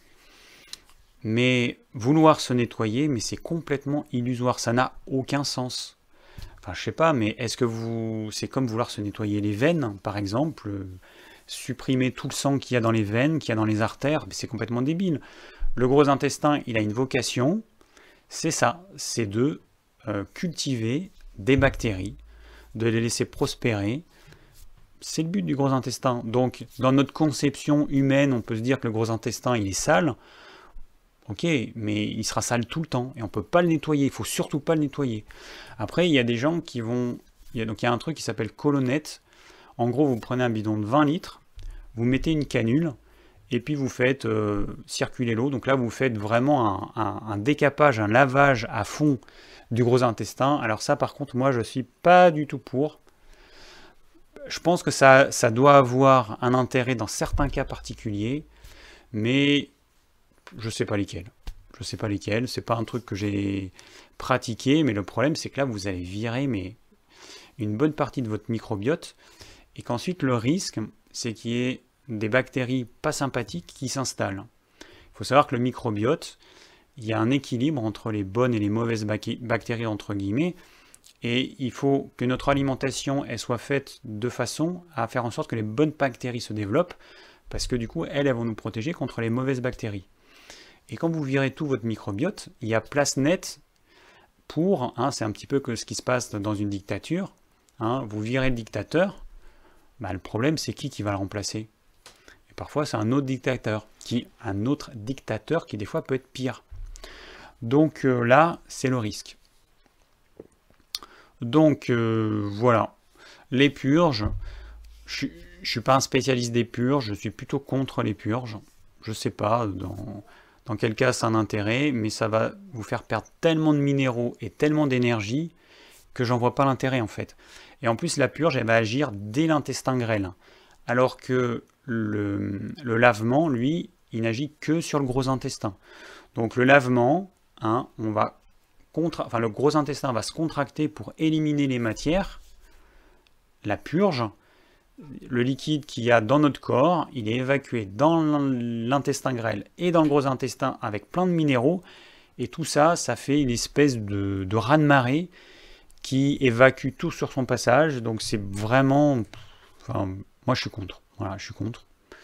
Mais vouloir se nettoyer, mais c'est complètement illusoire, ça n'a aucun sens. Enfin, je sais pas, mais est-ce que vous... c'est comme vouloir se nettoyer les veines, par exemple, euh, supprimer tout le sang qu'il y a dans les veines, qu'il y a dans les artères, c'est complètement débile. Le gros intestin, il a une vocation, c'est ça, c'est de euh, cultiver des bactéries, de les laisser prospérer. C'est le but du gros intestin. Donc, dans notre conception humaine, on peut se dire que le gros intestin, il est sale. Ok, mais il sera sale tout le temps et on ne peut pas le nettoyer, il ne faut surtout pas le nettoyer. Après, il y a des gens qui vont... Il y a, donc, il y a un truc qui s'appelle colonnette. En gros, vous prenez un bidon de vingt litres, vous mettez une canule et puis vous faites euh, circuler l'eau. Donc là, vous faites vraiment un, un, un décapage, un lavage à fond du gros intestin. Alors ça, par contre, moi, je ne suis pas du tout pour. Je pense que ça, ça doit avoir un intérêt dans certains cas particuliers, mais... je sais pas lesquels. Je sais pas lesquels. C'est pas un truc que j'ai pratiqué, mais le problème c'est que là vous allez virer mais une bonne partie de votre microbiote et qu'ensuite le risque c'est qu'il y ait des bactéries pas sympathiques qui s'installent. Il faut savoir que le microbiote, il y a un équilibre entre les bonnes et les mauvaises bactéries entre guillemets, et il faut que notre alimentation elle soit faite de façon à faire en sorte que les bonnes bactéries se développent, parce que du coup elles, elles vont nous protéger contre les mauvaises bactéries. Et quand vous virez tout votre microbiote, il y a place nette pour, hein, c'est un petit peu que ce qui se passe dans une dictature, hein, vous virez le dictateur, bah, le problème c'est qui qui va le remplacer? Et parfois c'est un autre dictateur, qui, un autre dictateur qui des fois peut être pire. Donc euh, là, c'est le risque. Donc euh, voilà, les purges, je ne suis pas un spécialiste des purges, je suis plutôt contre les purges, je sais pas, dans... Dans quel cas, c'est un intérêt, mais ça va vous faire perdre tellement de minéraux et tellement d'énergie que j'en vois pas l'intérêt en fait. Et en plus, la purge, elle va agir dès l'intestin grêle. Alors que le, le lavement, lui, il n'agit que sur le gros intestin. Donc le lavement, hein, on va contra... enfin, le gros intestin va se contracter pour éliminer les matières. La purge, le liquide qu'il y a dans notre corps, il est évacué dans l'intestin grêle et dans le gros intestin avec plein de minéraux. Et tout ça, ça fait une espèce de, de raz-de-marée qui évacue tout sur son passage. Donc c'est vraiment... Enfin, moi je suis contre. Voilà, je suis contre.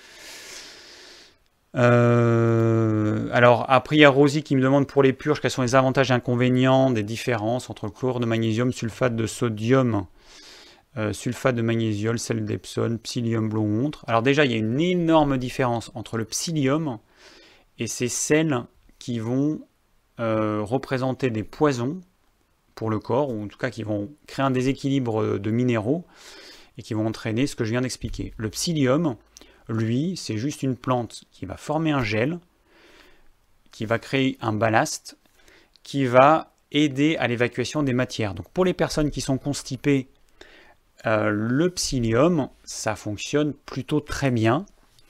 Euh, alors après il y a Rosie qui me demande pour les purges quels sont les avantages et inconvénients des différences entre chlore de magnésium, sulfate de sodium, Euh, sulfate de magnésiol, sel d'Epsom, psyllium blauâtre. Alors déjà, il y a une énorme différence entre le psyllium et ces sels qui vont euh, représenter des poisons pour le corps, ou en tout cas qui vont créer un déséquilibre de minéraux et qui vont entraîner ce que je viens d'expliquer. Le psyllium, lui, c'est juste une plante qui va former un gel, qui va créer un ballast, qui va aider à l'évacuation des matières. Donc pour les personnes qui sont constipées, Euh, le psyllium, ça fonctionne plutôt très bien.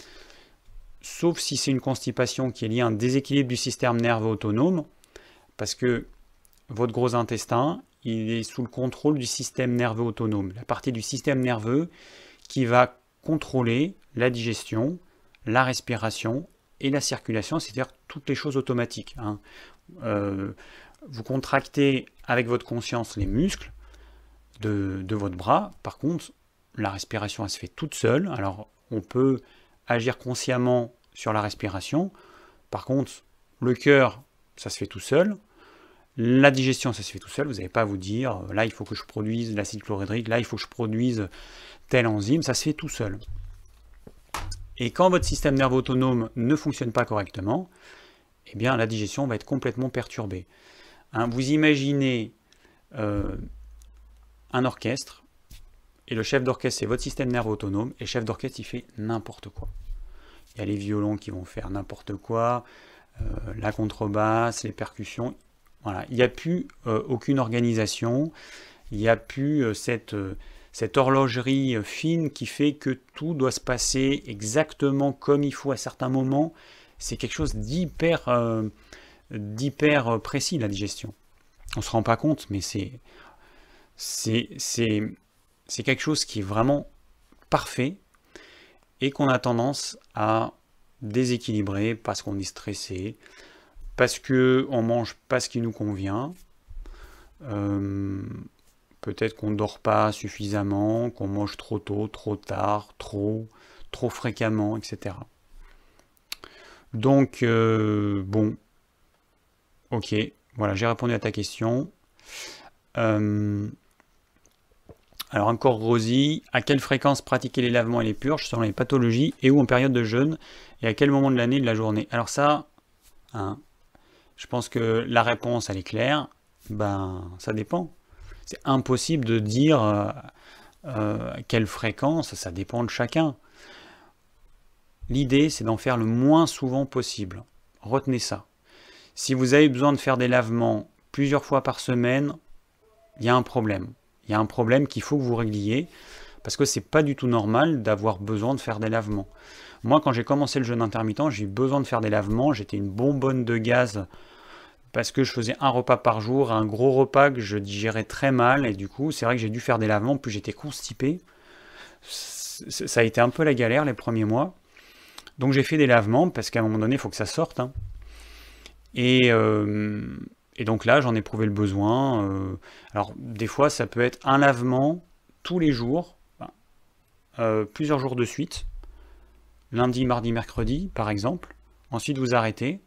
sauf si c'est une constipation qui est liée à un déséquilibre du système nerveux autonome, parce que votre gros intestin, il est sous le contrôle du système nerveux autonome, la partie du système nerveux qui va contrôler la digestion, la respiration et la circulation, c'est-à-dire toutes les choses automatiques. Hein. Euh, vous contractez avec votre conscience les muscles de, de votre bras, par contre, la respiration, elle se fait toute seule. Alors, on peut agir consciemment sur la respiration. Par contre, le cœur, ça se fait tout seul. La digestion, ça se fait tout seul. Vous n'avez pas à vous dire, là, il faut que je produise l'acide chlorhydrique, là, il faut que je produise telle enzyme. Ça se fait tout seul. Et quand votre système nerveux autonome ne fonctionne pas correctement, eh bien, la digestion va être complètement perturbée. Hein, vous imaginez euh, un orchestre, et le chef d'orchestre, c'est votre système nerveux autonome, et le chef d'orchestre, il fait n'importe quoi. Il y a les violons qui vont faire n'importe quoi, euh, la contrebasse, les percussions. Voilà. Il n'y a plus euh, aucune organisation, il n'y a plus euh, cette, euh, cette horlogerie fine qui fait que tout doit se passer exactement comme il faut à certains moments. C'est quelque chose d'hyper euh, d'hyper précis, la digestion. On ne se rend pas compte, mais c'est c'est c'est quelque chose qui est vraiment parfait et qu'on a tendance à déséquilibrer parce qu'on est stressé, parce qu'on ne mange pas ce qui nous convient, euh, peut-être qu'on ne dort pas suffisamment, qu'on mange trop tôt, trop tard, trop, trop fréquemment, et cetera. Donc, euh, bon, ok, voilà, j'ai répondu à ta question. Euh, alors encore Rosie, à quelle fréquence pratiquer les lavements et les purges selon les pathologies et où en période de jeûne et à quel moment de l'année et de la journée? Alors ça, hein, je pense que la réponse elle est claire, ben ça dépend. C'est impossible de dire euh, euh, quelle fréquence, ça dépend de chacun. L'idée c'est d'en faire le moins souvent possible. Retenez ça. Si vous avez besoin de faire des lavements plusieurs fois par semaine, il y a un problème. Il y a un problème qu'il faut que vous régliez, parce que c'est pas du tout normal d'avoir besoin de faire des lavements. Moi, quand j'ai commencé le jeûne intermittent, j'ai eu besoin de faire des lavements, j'étais une bonbonne de gaz, parce que je faisais un repas par jour, un gros repas que je digérais très mal, et du coup, c'est vrai que j'ai dû faire des lavements, puis j'étais constipé. Ça a été un peu la galère les premiers mois. Donc j'ai fait des lavements, parce qu'à un moment donné, il faut que ça sorte. Hein. Et... Euh, Et donc là, j'en ai éprouvé le besoin. Euh, alors, des fois, ça peut être un lavement tous les jours, euh, plusieurs jours de suite, lundi, mardi, mercredi, par exemple. Ensuite, vous arrêtez.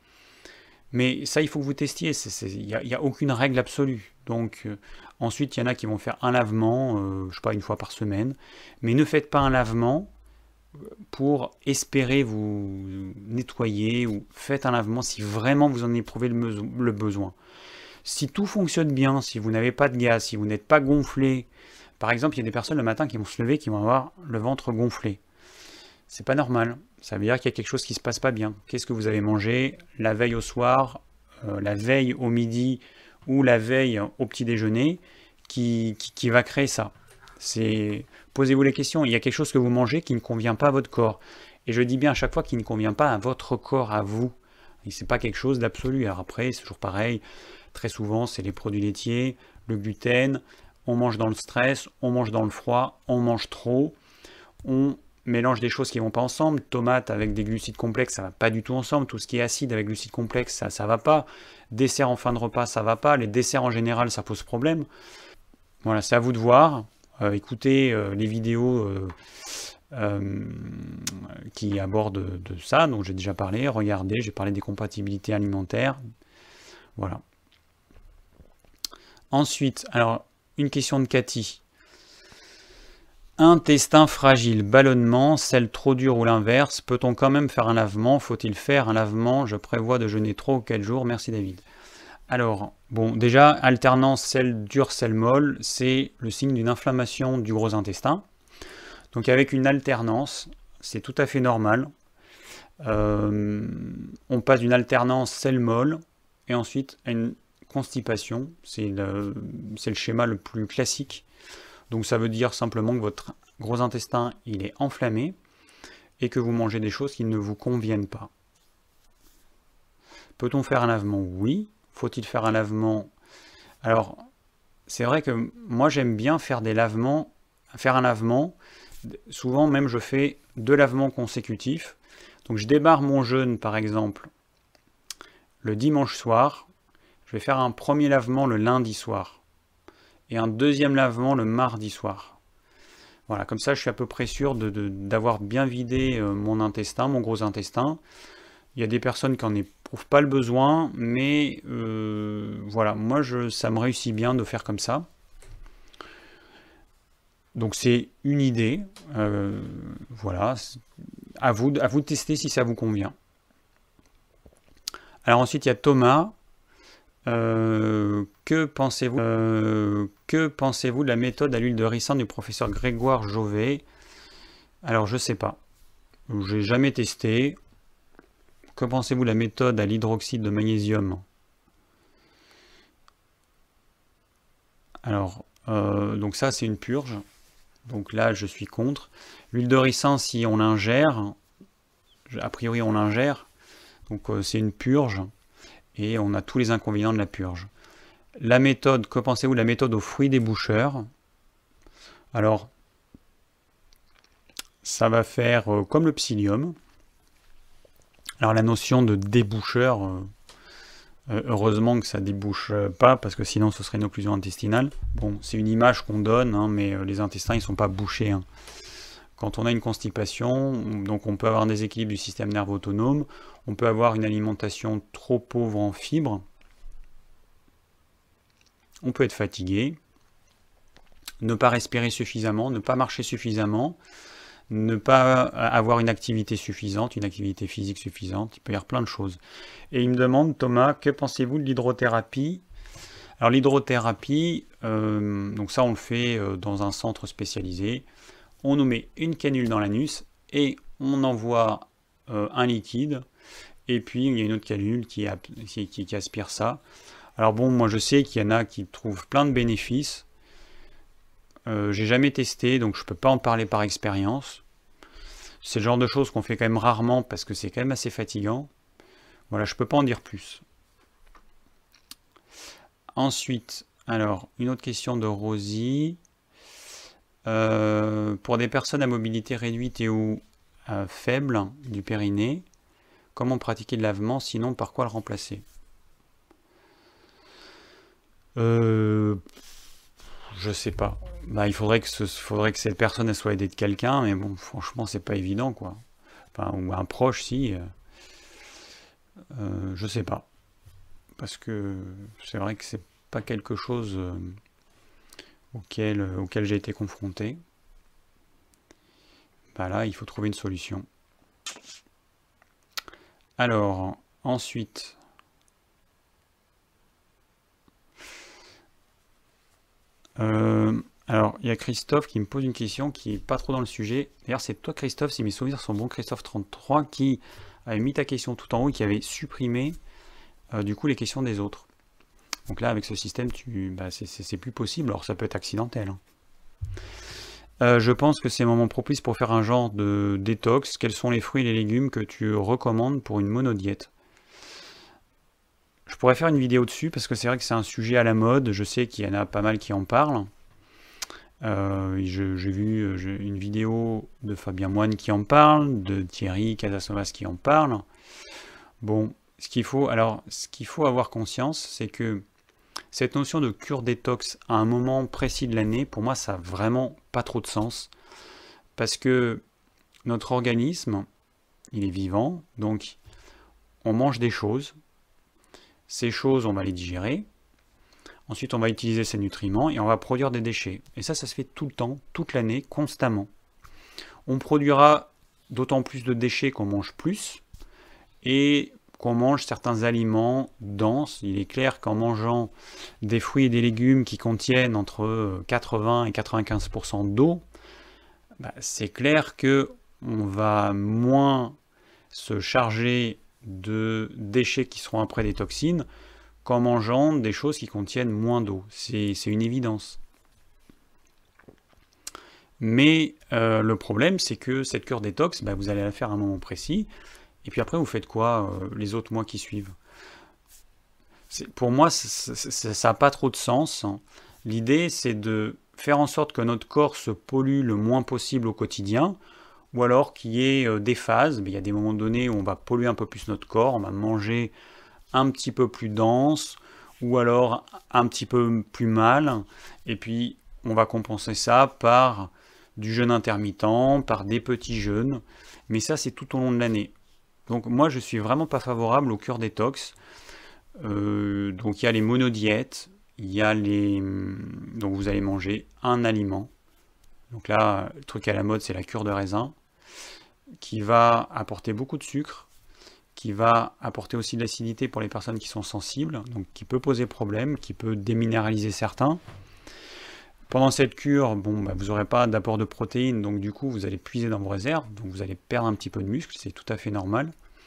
Mais ça, il faut que vous testiez. Il n'y a, a aucune règle absolue. Donc, euh, ensuite, il y en a qui vont faire un lavement, euh, je ne sais pas, une fois par semaine. Mais ne faites pas un lavement pour espérer vous nettoyer, ou faites un lavement si vraiment vous en éprouvez le, le besoin. Si tout fonctionne bien, si vous n'avez pas de gaz, si vous n'êtes pas gonflé, par exemple, il y a des personnes le matin qui vont se lever, qui vont avoir le ventre gonflé. C'est pas normal. Ça veut dire qu'il y a quelque chose qui se passe pas bien. Qu'est-ce que vous avez mangé la veille au soir, euh, la veille au midi ou la veille au petit déjeuner qui, qui, qui va créer ça? C'est... Posez-vous les questions. Il y a quelque chose que vous mangez qui ne convient pas à votre corps. Et je dis bien à chaque fois qu'il ne convient pas à votre corps, à vous. Et c'est pas quelque chose d'absolu. Alors après, c'est toujours pareil. Très souvent, c'est les produits laitiers, le gluten. On mange dans le stress, on mange dans le froid, on mange trop. On mélange des choses qui ne vont pas ensemble. Tomates avec des glucides complexes, ça ne va pas du tout ensemble. Tout ce qui est acide avec glucides complexes, ça ne va pas. Dessert en fin de repas, ça ne va pas. Les desserts en général, ça pose problème. Voilà, c'est à vous de voir. Euh, écoutez euh, les vidéos euh, euh, qui abordent de, de ça, dont j'ai déjà parlé, regardez, j'ai parlé des compatibilités alimentaires, voilà. Ensuite, alors, une question de Cathy. Intestin fragile, ballonnement, selle trop dure ou l'inverse, peut-on quand même faire un lavement? Faut-il faire un lavement? Je prévois de jeûner trois ou quatre jours, merci David. Alors, bon, déjà, alternance selle dure, selle molle, c'est le signe d'une inflammation du gros intestin. Donc avec une alternance, c'est tout à fait normal. Euh, on passe d'une alternance selle molle et ensuite à une constipation. C'est le, c'est le schéma le plus classique. Donc ça veut dire simplement que votre gros intestin, il est enflammé. et que vous mangez des choses qui ne vous conviennent pas. Peut-on faire un lavement? Oui. Faut-il faire un lavement? Alors, c'est vrai que moi j'aime bien faire des lavements, faire un lavement. Souvent même je fais deux lavements consécutifs. Donc je démarre mon jeûne par exemple le dimanche soir. Je vais faire un premier lavement le lundi soir et un deuxième lavement le mardi soir. Voilà, comme ça je suis à peu près sûr de, de, d'avoir bien vidé mon intestin, mon gros intestin. Il y a des personnes qui n'en éprouvent pas le besoin, mais euh, voilà, moi je, ça me réussit bien de faire comme ça. Donc c'est une idée, euh, voilà, à vous, à vous de tester si ça vous convient. Alors ensuite il y a Thomas. Euh, que pensez-vous euh, que pensez-vous de la méthode à l'huile de ricin du professeur Grégoire Jovet? Alors je sais pas, j'ai jamais testé. Que pensez-vous de la méthode à l'hydroxyde de magnésium? Alors, euh, donc ça c'est une purge. Donc là je suis contre. L'huile de ricin, si on l'ingère, a priori on l'ingère, donc euh, c'est une purge et on a tous les inconvénients de la purge. La méthode, que pensez-vous de la méthode aux fruits déboucheurs? Alors, ça va faire euh, comme le psyllium. Alors la notion de déboucheur, euh, heureusement que ça débouche pas, parce que sinon ce serait une occlusion intestinale. Bon, c'est une image qu'on donne, hein, mais les intestins ils sont pas bouchés. Hein. Quand on a une constipation, donc on peut avoir un déséquilibre du système nerveux autonome, on peut avoir une alimentation trop pauvre en fibres, on peut être fatigué, ne pas respirer suffisamment, ne pas marcher suffisamment, ne pas avoir une activité suffisante, une activité physique suffisante, il peut y avoir plein de choses. Et il me demande, Thomas, que pensez-vous de l'hydrothérapie? Alors l'hydrothérapie, euh, donc ça on le fait dans un centre spécialisé. On nous met une canule dans l'anus et on envoie euh, un liquide. Et puis il y a une autre canule qui, qui, qui aspire ça. Alors bon, moi je sais qu'il y en a qui trouvent plein de bénéfices. Euh, j'ai jamais testé, donc je peux pas en parler par expérience. C'est le genre de choses qu'on fait quand même rarement parce que c'est quand même assez fatigant. Voilà, je peux pas en dire plus. Ensuite, alors, une autre question de Rosie. Euh, pour des personnes à mobilité réduite et ou euh, faible du périnée, comment pratiquer le lavement, sinon par quoi le remplacer? euh, Je sais pas. Bah, il faudrait que, ce, faudrait que cette personne elle soit aidée de quelqu'un, mais bon, franchement, c'est pas évident, quoi. Enfin, ou un proche, si. Euh, euh, je sais pas. Parce que c'est vrai que c'est pas quelque chose euh, auquel, euh, auquel j'ai été confronté. Bah là, il faut trouver une solution. Alors, ensuite... Euh, alors, il y a Christophe qui me pose une question qui n'est pas trop dans le sujet. D'ailleurs, c'est toi, Christophe, si mes souvenirs sont bons, Christophe trente-trois, qui avait mis ta question tout en haut et qui avait supprimé, euh, du coup, les questions des autres. Donc là, avec ce système, tu, bah, c'est plus possible. Alors, ça peut être accidentel. Hein. Euh, je pense que c'est un moment propice pour faire un genre de détox. Quels sont les fruits et les légumes que tu recommandes pour une monodiète? Je pourrais faire une vidéo dessus parce que c'est vrai que c'est un sujet à la mode. Je sais qu'il y en a pas mal qui en parlent. Euh, j'ai vu une vidéo de Fabien Moine qui en parle, de Thierry Casasnovas qui en parle. Bon, ce qu'il faut, alors, ce qu'il faut avoir conscience, c'est que cette notion de cure détox à un moment précis de l'année, pour moi, ça n'a vraiment pas trop de sens. Parce que notre organisme, il est vivant, donc on mange des choses. Ces choses, on va les digérer. Ensuite, on va utiliser ces nutriments et on va produire des déchets. Et ça, ça se fait tout le temps, toute l'année, constamment. On produira d'autant plus de déchets qu'on mange plus et qu'on mange certains aliments denses. Il est clair qu'en mangeant des fruits et des légumes qui contiennent entre quatre-vingts et quatre-vingt-quinze pour cent d'eau, bah, c'est clair qu'on va moins se charger de déchets qui seront après des toxines qu'en mangeant des choses qui contiennent moins d'eau. C'est une évidence. Mais euh, le problème, c'est que cette cure détox, bah, vous allez la faire à un moment précis, et puis après, vous faites quoi euh, les autres mois qui suivent? Pour moi, ça n'a pas trop de sens. L'idée, c'est de faire en sorte que notre corps se pollue le moins possible au quotidien, ou alors qu'il y ait des phases. Il y a des moments donnés où on va polluer un peu plus notre corps, on va manger un petit peu plus dense, ou alors un petit peu plus mal, et puis on va compenser ça par du jeûne intermittent, par des petits jeûnes, mais ça c'est tout au long de l'année. Donc moi je suis vraiment pas favorable aux cures détox. Euh, donc il y a les monodiètes, il y a les... Donc vous allez manger un aliment. Donc là, le truc à la mode, c'est la cure de raisin, qui va apporter beaucoup de sucre, qui va apporter aussi de l'acidité pour les personnes qui sont sensibles, donc qui peut poser problème, qui peut déminéraliser certains. Pendant cette cure, bon, bah, vous n'aurez pas d'apport de protéines, donc du coup vous allez puiser dans vos réserves, donc vous allez perdre un petit peu de muscle, c'est tout à fait normal.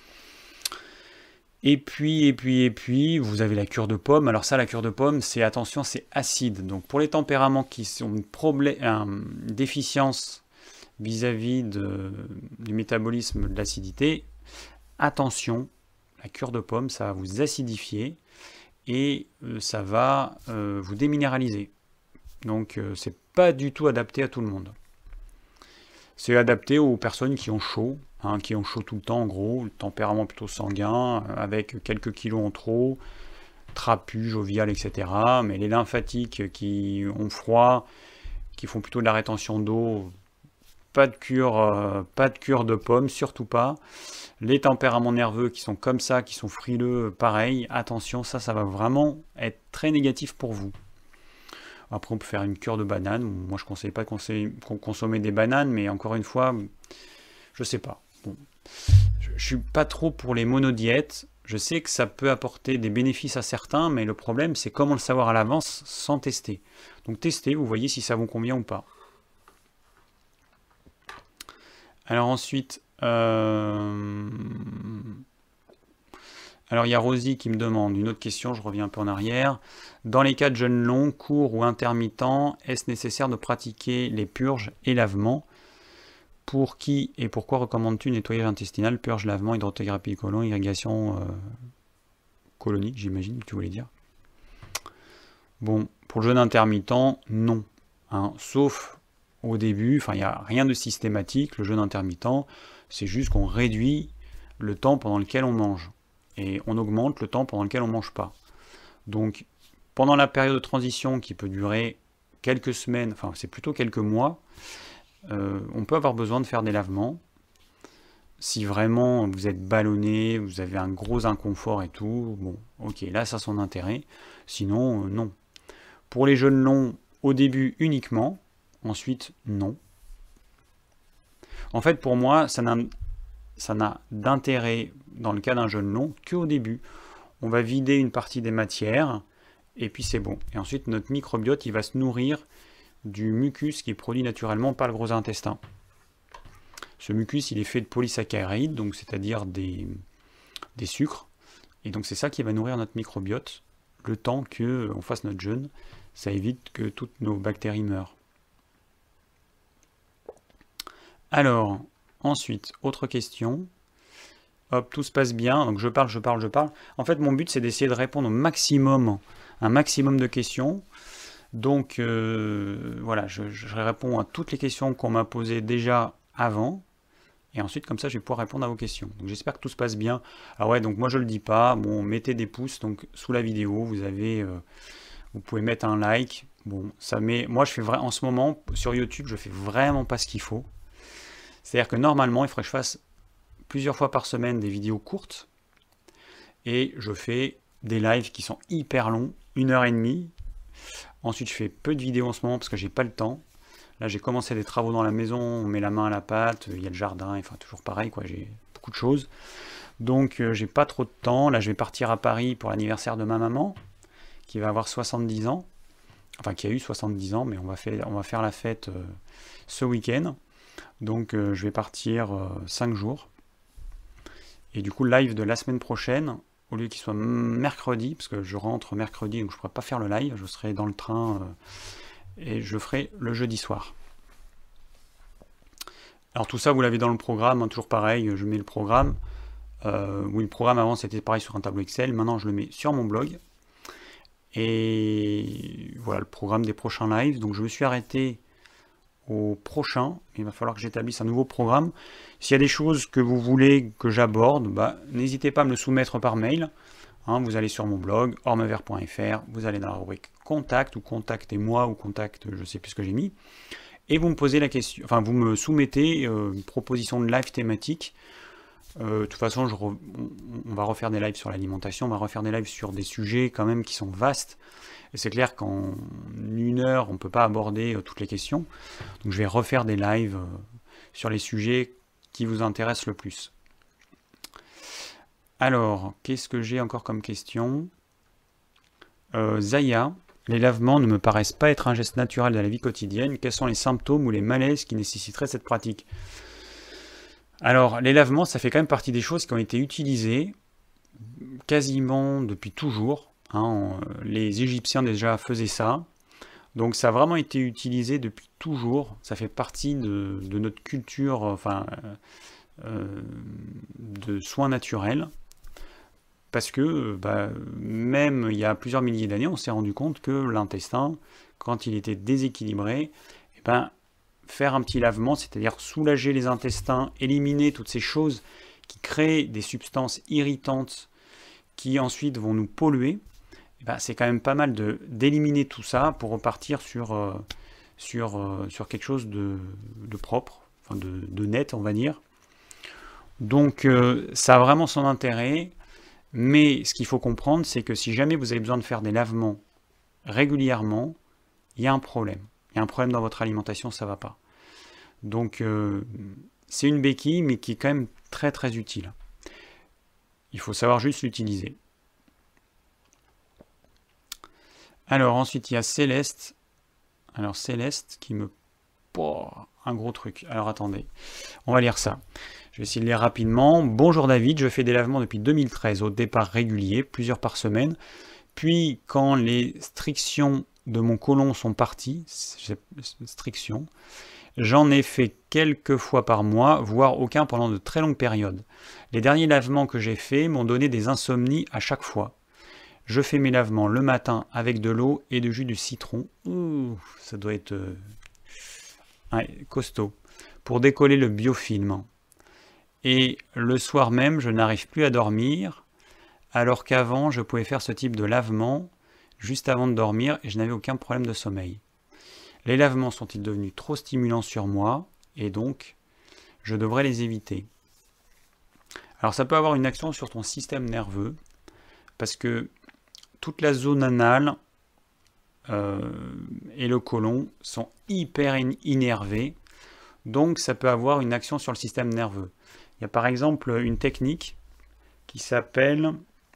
Et puis, et puis, et puis, vous avez la cure de pomme. Alors ça, la cure de pomme, c'est, attention, c'est acide. Donc pour les tempéraments qui sont une problème, euh, déficience vis-à-vis de, du métabolisme de l'acidité, attention, la cure de pomme, ça va vous acidifier et euh, ça va euh, vous déminéraliser. Donc euh, c'est pas du tout adapté à tout le monde. C'est adapté aux personnes qui ont chaud, hein, qui ont chaud tout le temps en gros, le tempérament plutôt sanguin, avec quelques kilos en trop, trapu, jovial, et cetera. Mais les lymphatiques qui ont froid, qui font plutôt de la rétention d'eau, pas de cure, euh, pas de cure de pomme, surtout pas. Les tempéraments nerveux qui sont comme ça, qui sont frileux, pareil, attention, ça, ça va vraiment être très négatif pour vous. Après, on peut faire une cure de banane. Moi, je ne conseille pas de consommer des bananes, mais encore une fois, je sais pas. Bon. Je ne suis pas trop pour les monodiètes. Je sais que ça peut apporter des bénéfices à certains, mais le problème, c'est comment le savoir à l'avance sans tester. Donc, testez, vous voyez si ça vous convient ou pas. Alors ensuite, euh... alors il y a Rosie qui me demande une autre question, je reviens un peu en arrière. Dans les cas de jeûne long, court ou intermittent, est-ce nécessaire de pratiquer les purges et lavements? Pour qui et pourquoi recommandes-tu nettoyage intestinal, purge, lavement, hydrothérapie colon, irrigation euh, colonique, j'imagine que tu voulais dire? Bon, pour le jeûne intermittent, non. Hein, sauf au début, enfin il n'y a rien de systématique, le jeûne intermittent, c'est juste qu'on réduit le temps pendant lequel on mange. Et on augmente le temps pendant lequel on ne mange pas. Donc, pendant la période de transition qui peut durer quelques semaines, enfin c'est plutôt quelques mois, euh, on peut avoir besoin de faire des lavements. Si vraiment vous êtes ballonné, vous avez un gros inconfort et tout, bon, ok, là ça a son intérêt. Sinon, euh, non. Pour les jeûnes longs, au début uniquement, ensuite non. En fait, pour moi, ça n'a ça n'a d'intérêt dans le cas d'un jeûne long qu'au début. On va vider une partie des matières et puis c'est bon. Et ensuite, notre microbiote, il va se nourrir du mucus qui est produit naturellement par le gros intestin. Ce mucus, il est fait de polysaccharides, donc c'est-à-dire des, des sucres. Et donc c'est ça qui va nourrir notre microbiote le temps qu'on fasse notre jeûne. Ça évite que toutes nos bactéries meurent. Alors, ensuite, autre question. Hop, tout se passe bien. Donc je parle, je parle, je parle. En fait, mon but, c'est d'essayer de répondre au maximum, un maximum de questions. Donc, euh, voilà, je, je réponds à toutes les questions qu'on m'a posées déjà avant. Et ensuite, comme ça, je vais pouvoir répondre à vos questions. Donc, j'espère que tout se passe bien. Ah ouais, donc moi, je le dis pas. Bon, mettez des pouces. Donc, sous la vidéo, vous avez, euh, vous pouvez mettre un like. Bon, ça met. Moi, je fais vrai. En ce moment, sur YouTube, je fais vraiment pas ce qu'il faut. C'est-à-dire que normalement, il faudrait que je fasse plusieurs fois par semaine des vidéos courtes. Et je fais des lives qui sont hyper longs, une heure et demie. Ensuite, je fais peu de vidéos en ce moment parce que j'ai pas le temps. Là, j'ai commencé des travaux dans la maison, on met la main à la pâte, il y a le jardin, enfin toujours pareil, quoi. J'ai beaucoup de choses. Donc, euh, j'ai pas trop de temps. Là, je vais partir à Paris pour l'anniversaire de ma maman, qui va avoir soixante-dix ans. Enfin, qui a eu soixante-dix ans, mais on va faire, on va faire la fête euh, ce week-end. Donc euh, je vais partir euh, cinq jours. Et du coup, le live de la semaine prochaine, au lieu qu'il soit mercredi, parce que je rentre mercredi, donc je ne pourrai pas faire le live, je serai dans le train euh, et je ferai le jeudi soir. Alors tout ça, vous l'avez dans le programme, hein, toujours pareil, je mets le programme. Euh, oui, le programme avant c'était pareil sur un tableau Excel, maintenant je le mets sur mon blog. Et voilà le programme des prochains lives. Donc je me suis arrêté au prochain. Il va falloir que j'établisse un nouveau programme. S'il y a des choses que vous voulez que j'aborde, bah, n'hésitez pas à me le soumettre par mail. Hein, vous allez sur mon blog, ormevert point F R, vous allez dans la rubrique contact, ou contactez-moi, ou contact, je ne sais plus ce que j'ai mis. Et vous me posez la question, enfin vous me soumettez euh, une proposition de live thématique. Euh, de toute façon, je re, on va refaire des lives sur l'alimentation, on va refaire des lives sur des sujets quand même qui sont vastes. Et c'est clair qu'en une heure, on ne peut pas aborder euh, toutes les questions. Donc je vais refaire des lives euh, sur les sujets qui vous intéressent le plus. Alors, qu'est-ce que j'ai encore comme question? euh, Zaya, les lavements ne me paraissent pas être un geste naturel de la vie quotidienne. Quels sont les symptômes ou les malaises qui nécessiteraient cette pratique? Alors, les lavements, ça fait quand même partie des choses qui ont été utilisées quasiment depuis toujours. Hein. Les Égyptiens déjà faisaient ça. Donc ça a vraiment été utilisé depuis toujours. Ça fait partie de, de notre culture, enfin, euh, de soins naturels. Parce que bah, même il y a plusieurs milliers d'années, on s'est rendu compte que l'intestin, quand il était déséquilibré, eh ben, faire un petit lavement, c'est-à-dire soulager les intestins, éliminer toutes ces choses qui créent des substances irritantes qui ensuite vont nous polluer, eh ben, c'est quand même pas mal de, d'éliminer tout ça pour repartir sur, euh, sur, euh, sur quelque chose de, de propre, enfin de, de net, on va dire. Donc euh, ça a vraiment son intérêt. Mais ce qu'il faut comprendre, c'est que si jamais vous avez besoin de faire des lavements régulièrement, il y a un problème. Il y a un problème dans votre alimentation, ça ne va pas. Donc, euh, c'est une béquille, mais qui est quand même très très utile. Il faut savoir juste l'utiliser. Alors, ensuite, il y a Céleste. Alors, Céleste qui me... Oh, un gros truc. Alors, attendez. On va lire ça. Je vais essayer de lire rapidement. Bonjour David, je fais des lavements depuis deux mille treize, au départ régulier, plusieurs par semaine. Puis, quand les strictions de mon côlon sont parties, strictions, j'en ai fait quelques fois par mois, voire aucun pendant de très longues périodes. Les derniers lavements que j'ai faits m'ont donné des insomnies à chaque fois. Je fais mes lavements le matin avec de l'eau et du jus de citron. Ouh, ça doit être euh... ouais, costaud. Pour décoller le biofilm. Et le soir même, je n'arrive plus à dormir, alors qu'avant, je pouvais faire ce type de lavement juste avant de dormir et je n'avais aucun problème de sommeil. Les lavements sont-ils devenus trop stimulants sur moi et donc, je devrais les éviter. Alors ça peut avoir une action sur ton système nerveux parce que toute la zone anale euh, et le côlon sont hyper innervés, donc ça peut avoir une action sur le système nerveux. Il y a par exemple une technique qui s'appelle,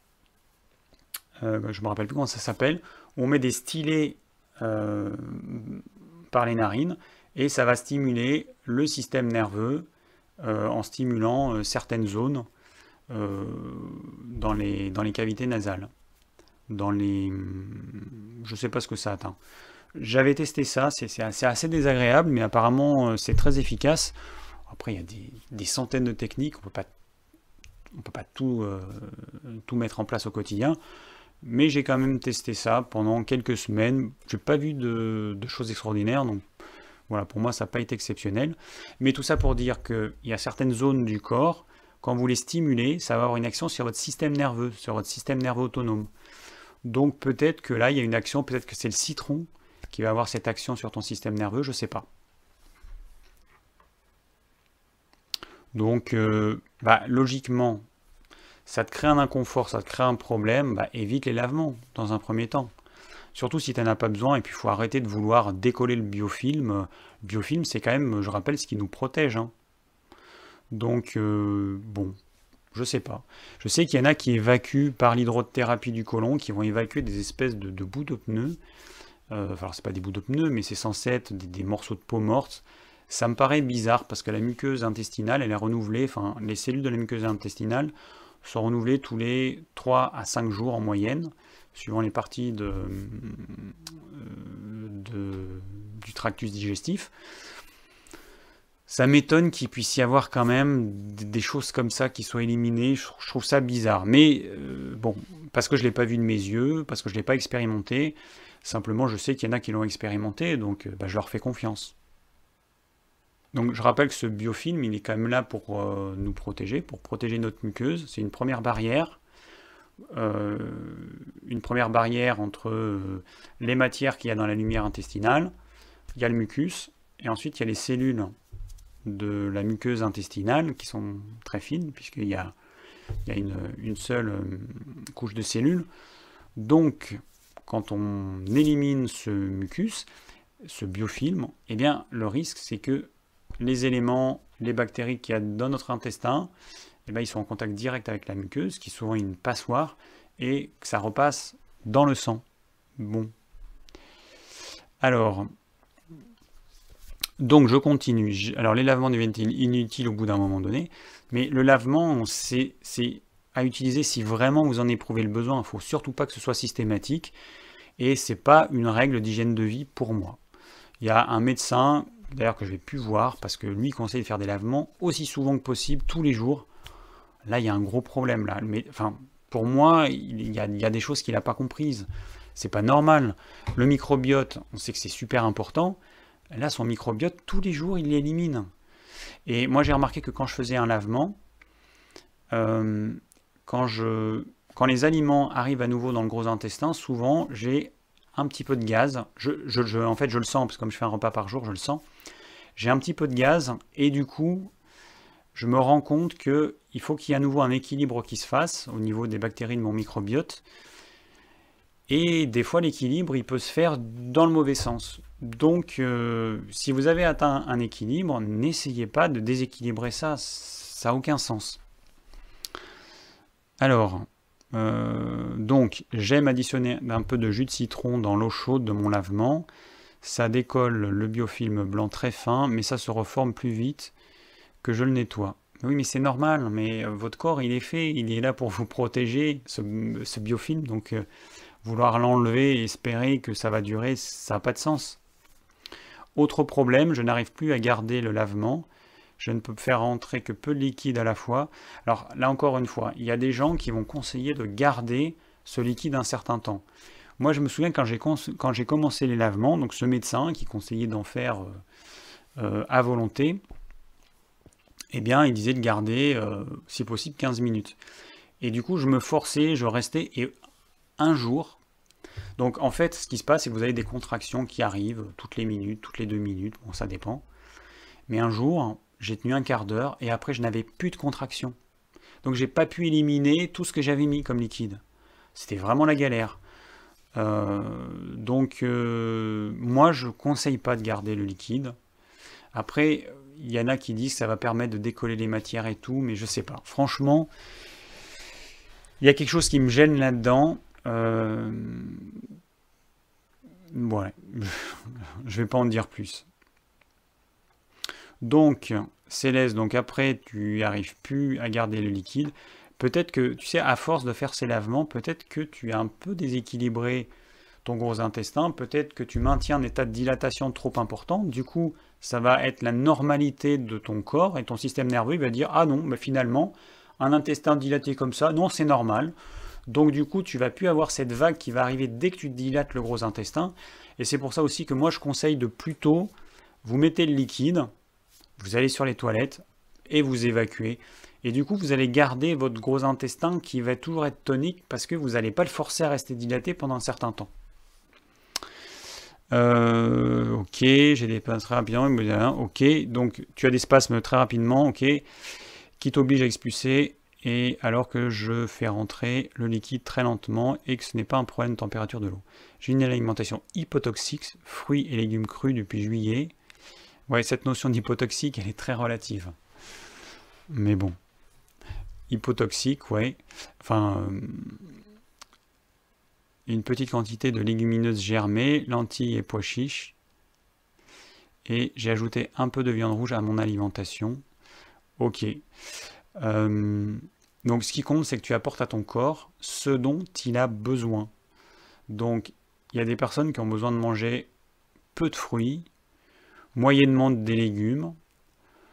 euh, je ne me rappelle plus comment ça s'appelle, on met des stylets euh, par les narines et ça va stimuler le système nerveux euh, en stimulant euh, certaines zones euh, dans, les, dans les cavités nasales. Dans les, je ne sais pas ce que ça atteint. J'avais testé ça, c'est assez, assez désagréable, mais apparemment c'est très efficace. Après, il y a des, des centaines de techniques, on ne peut pas tout, euh, tout mettre en place au quotidien, mais j'ai quand même testé ça pendant quelques semaines. Je n'ai pas vu de, de choses extraordinaires, donc voilà, pour moi ça n'a pas été exceptionnel. Mais tout ça pour dire qu'il y a certaines zones du corps, quand vous les stimulez, ça va avoir une action sur votre système nerveux, sur votre système nerveux autonome. Donc peut-être que là, il y a une action, peut-être que c'est le citron qui va avoir cette action sur ton système nerveux, je ne sais pas. Donc, euh, bah, logiquement, ça te crée un inconfort, ça te crée un problème, bah, évite les lavements dans un premier temps. Surtout si tu n'en as pas besoin, et puis il faut arrêter de vouloir décoller le biofilm. Le biofilm, c'est quand même, je rappelle, ce qui nous protège. Hein. Donc, euh, bon, je sais pas. Je sais qu'il y en a qui évacuent par l'hydrothérapie du côlon, qui vont évacuer des espèces de, de bouts de pneus. Euh, enfin, c'est pas des bouts de pneus, mais c'est censé être des, des morceaux de peau morte. Ça me paraît bizarre parce que la muqueuse intestinale, elle est renouvelée, enfin les cellules de la muqueuse intestinale sont renouvelées tous les trois à cinq jours en moyenne, suivant les parties de, de, du tractus digestif. Ça m'étonne qu'il puisse y avoir quand même des choses comme ça qui soient éliminées. Je, je trouve ça bizarre. Mais euh, bon, parce que je ne l'ai pas vu de mes yeux, parce que je ne l'ai pas expérimenté. Simplement, je sais qu'il y en a qui l'ont expérimenté, donc euh, bah, je leur fais confiance. Donc je rappelle que ce biofilm, il est quand même là pour euh, nous protéger, pour protéger notre muqueuse. C'est une première barrière. Euh, une première barrière entre euh, les matières qu'il y a dans la lumière intestinale. Il y a le mucus, et ensuite il y a les cellules de la muqueuse intestinale qui sont très fines, puisqu'il y a, il y a une, une seule euh, couche de cellules. Donc, quand on élimine ce mucus, ce biofilm, eh bien, le risque, c'est que les éléments, les bactéries qu'il y a dans notre intestin, eh bien, ils sont en contact direct avec la muqueuse, qui est souvent une passoire, et que ça repasse dans le sang. Bon. Alors, donc je continue. Alors, les lavements deviennent inutiles au bout d'un moment donné, mais le lavement, c'est à utiliser si vraiment vous en éprouvez le besoin. Il ne faut surtout pas que ce soit systématique, et ce n'est pas une règle d'hygiène de vie pour moi. Il y a un médecin, d'ailleurs que je vais plus voir, parce que lui conseille de faire des lavements aussi souvent que possible, tous les jours. Là, il y a un gros problème. Là. Mais, enfin, pour moi, il y a, il y a des choses qu'il n'a pas comprises. C'est pas normal. Le microbiote, on sait que c'est super important. Là, son microbiote, tous les jours, il l'élimine. Et moi, j'ai remarqué que quand je faisais un lavement, euh, quand, je, quand les aliments arrivent à nouveau dans le gros intestin, souvent, j'ai un petit peu de gaz. Je, je, je, en fait, je le sens, parce que comme je fais un repas par jour, je le sens. J'ai un petit peu de gaz, et du coup, je me rends compte qu'il faut qu'il y ait à nouveau un équilibre qui se fasse au niveau des bactéries de mon microbiote. Et des fois, l'équilibre, il peut se faire dans le mauvais sens. Donc, euh, si vous avez atteint un équilibre, n'essayez pas de déséquilibrer ça. Ça n'a aucun sens. Alors, euh, donc, j'aime additionner un peu de jus de citron dans l'eau chaude de mon lavement. Ça décolle le biofilm blanc très fin, mais ça se reforme plus vite que je le nettoie. Oui, mais c'est normal, mais votre corps, il est fait, il est là pour vous protéger, ce, ce biofilm, donc euh, vouloir l'enlever et espérer que ça va durer, ça n'a pas de sens. Autre problème, je n'arrive plus à garder le lavement, je ne peux faire rentrer que peu de liquide à la fois. Alors là encore une fois, il y a des gens qui vont conseiller de garder ce liquide un certain temps. Moi je me souviens quand j'ai quand j'ai commencé les lavements, donc ce médecin qui conseillait d'en faire euh, euh, à volonté, eh bien, il disait de garder, euh, si possible, quinze minutes. Et du coup, je me forçais, je restais, et un jour, donc en fait, ce qui se passe, c'est que vous avez des contractions qui arrivent toutes les minutes, toutes les deux minutes, bon, ça dépend. Mais un jour, j'ai tenu un quart d'heure, et après, je n'avais plus de contractions. Donc, j'ai pas pu éliminer tout ce que j'avais mis comme liquide. C'était vraiment la galère. Euh, donc, euh, moi, je conseille pas de garder le liquide. Après, il y en a qui disent que ça va permettre de décoller les matières et tout, mais je sais pas. Franchement, il y a quelque chose qui me gêne là-dedans. Euh... Ouais, je vais pas en dire plus. Donc, Céleste, donc après, tu arrives plus à garder le liquide. Peut-être que, tu sais, à force de faire ces lavements, peut-être que tu as un peu déséquilibré ton gros intestin, peut-être que tu maintiens un état de dilatation trop important, du coup, ça va être la normalité de ton corps, et ton système nerveux il va dire « Ah non, bah finalement, un intestin dilaté comme ça, non, c'est normal. » Donc du coup, tu vas plus avoir cette vague qui va arriver dès que tu dilates le gros intestin, et c'est pour ça aussi que moi, je conseille de plutôt, vous mettez le liquide, vous allez sur les toilettes, et vous évacuez. Et du coup, vous allez garder votre gros intestin qui va toujours être tonique, parce que vous n'allez pas le forcer à rester dilaté pendant un certain temps. Euh, ok, j'ai des spasmes très rapidement, ok, donc tu as des spasmes très rapidement, ok, qui t'oblige à expulser, et alors que je fais rentrer le liquide très lentement, et que ce n'est pas un problème de température de l'eau. J'ai une alimentation hypotoxique, fruits et légumes crus depuis juillet. Ouais, cette notion d'hypotoxique, elle est très relative. Mais bon, hypotoxique, ouais, enfin... Euh, une petite quantité de légumineuses germées, lentilles et pois chiches. Et j'ai ajouté un peu de viande rouge à mon alimentation. Ok. Euh, donc ce qui compte, c'est que tu apportes à ton corps ce dont il a besoin. Donc il y a des personnes qui ont besoin de manger peu de fruits, moyennement des légumes,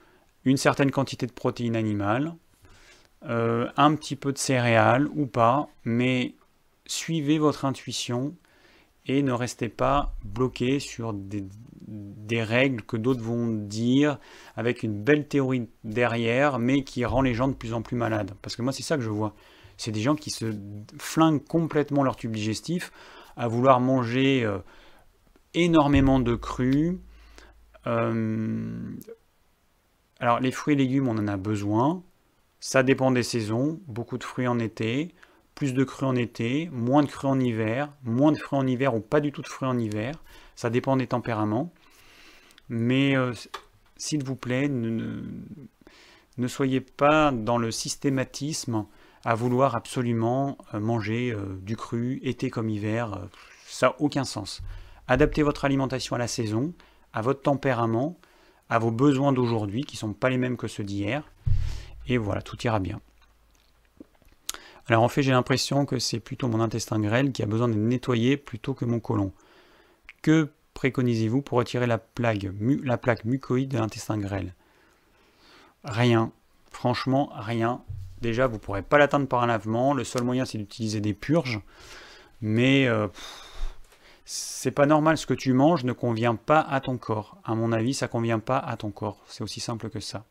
une certaine quantité de protéines animales, euh, un petit peu de céréales ou pas, mais suivez votre intuition et ne restez pas bloqué sur des, des règles que d'autres vont dire avec une belle théorie derrière, mais qui rend les gens de plus en plus malades. Parce que moi, c'est ça que je vois. C'est des gens qui se flinguent complètement leur tube digestif à vouloir manger euh, énormément de cru. Euh, alors, les fruits et légumes, on en a besoin. Ça dépend des saisons. Beaucoup de fruits en été, plus de cru en été, moins de cru en hiver, moins de fruits en hiver ou pas du tout de fruits en hiver. Ça dépend des tempéraments. Mais euh, s'il vous plaît, ne, ne, ne soyez pas dans le systématisme à vouloir absolument manger euh, du cru, été comme hiver. Ça n'a aucun sens. Adaptez votre alimentation à la saison, à votre tempérament, à vos besoins d'aujourd'hui, qui ne sont pas les mêmes que ceux d'hier. Et voilà, tout ira bien. Alors en fait, j'ai l'impression que c'est plutôt mon intestin grêle qui a besoin d'être nettoyé plutôt que mon côlon. Que préconisez-vous pour retirer la plaque, mu, la plaque mucoïde de l'intestin grêle? Rien. Franchement, rien. Déjà, vous ne pourrez pas l'atteindre par un lavement. Le seul moyen, c'est d'utiliser des purges. Mais euh, c'est pas normal. Ce que tu manges ne convient pas à ton corps. À mon avis, ça ne convient pas à ton corps. C'est aussi simple que ça.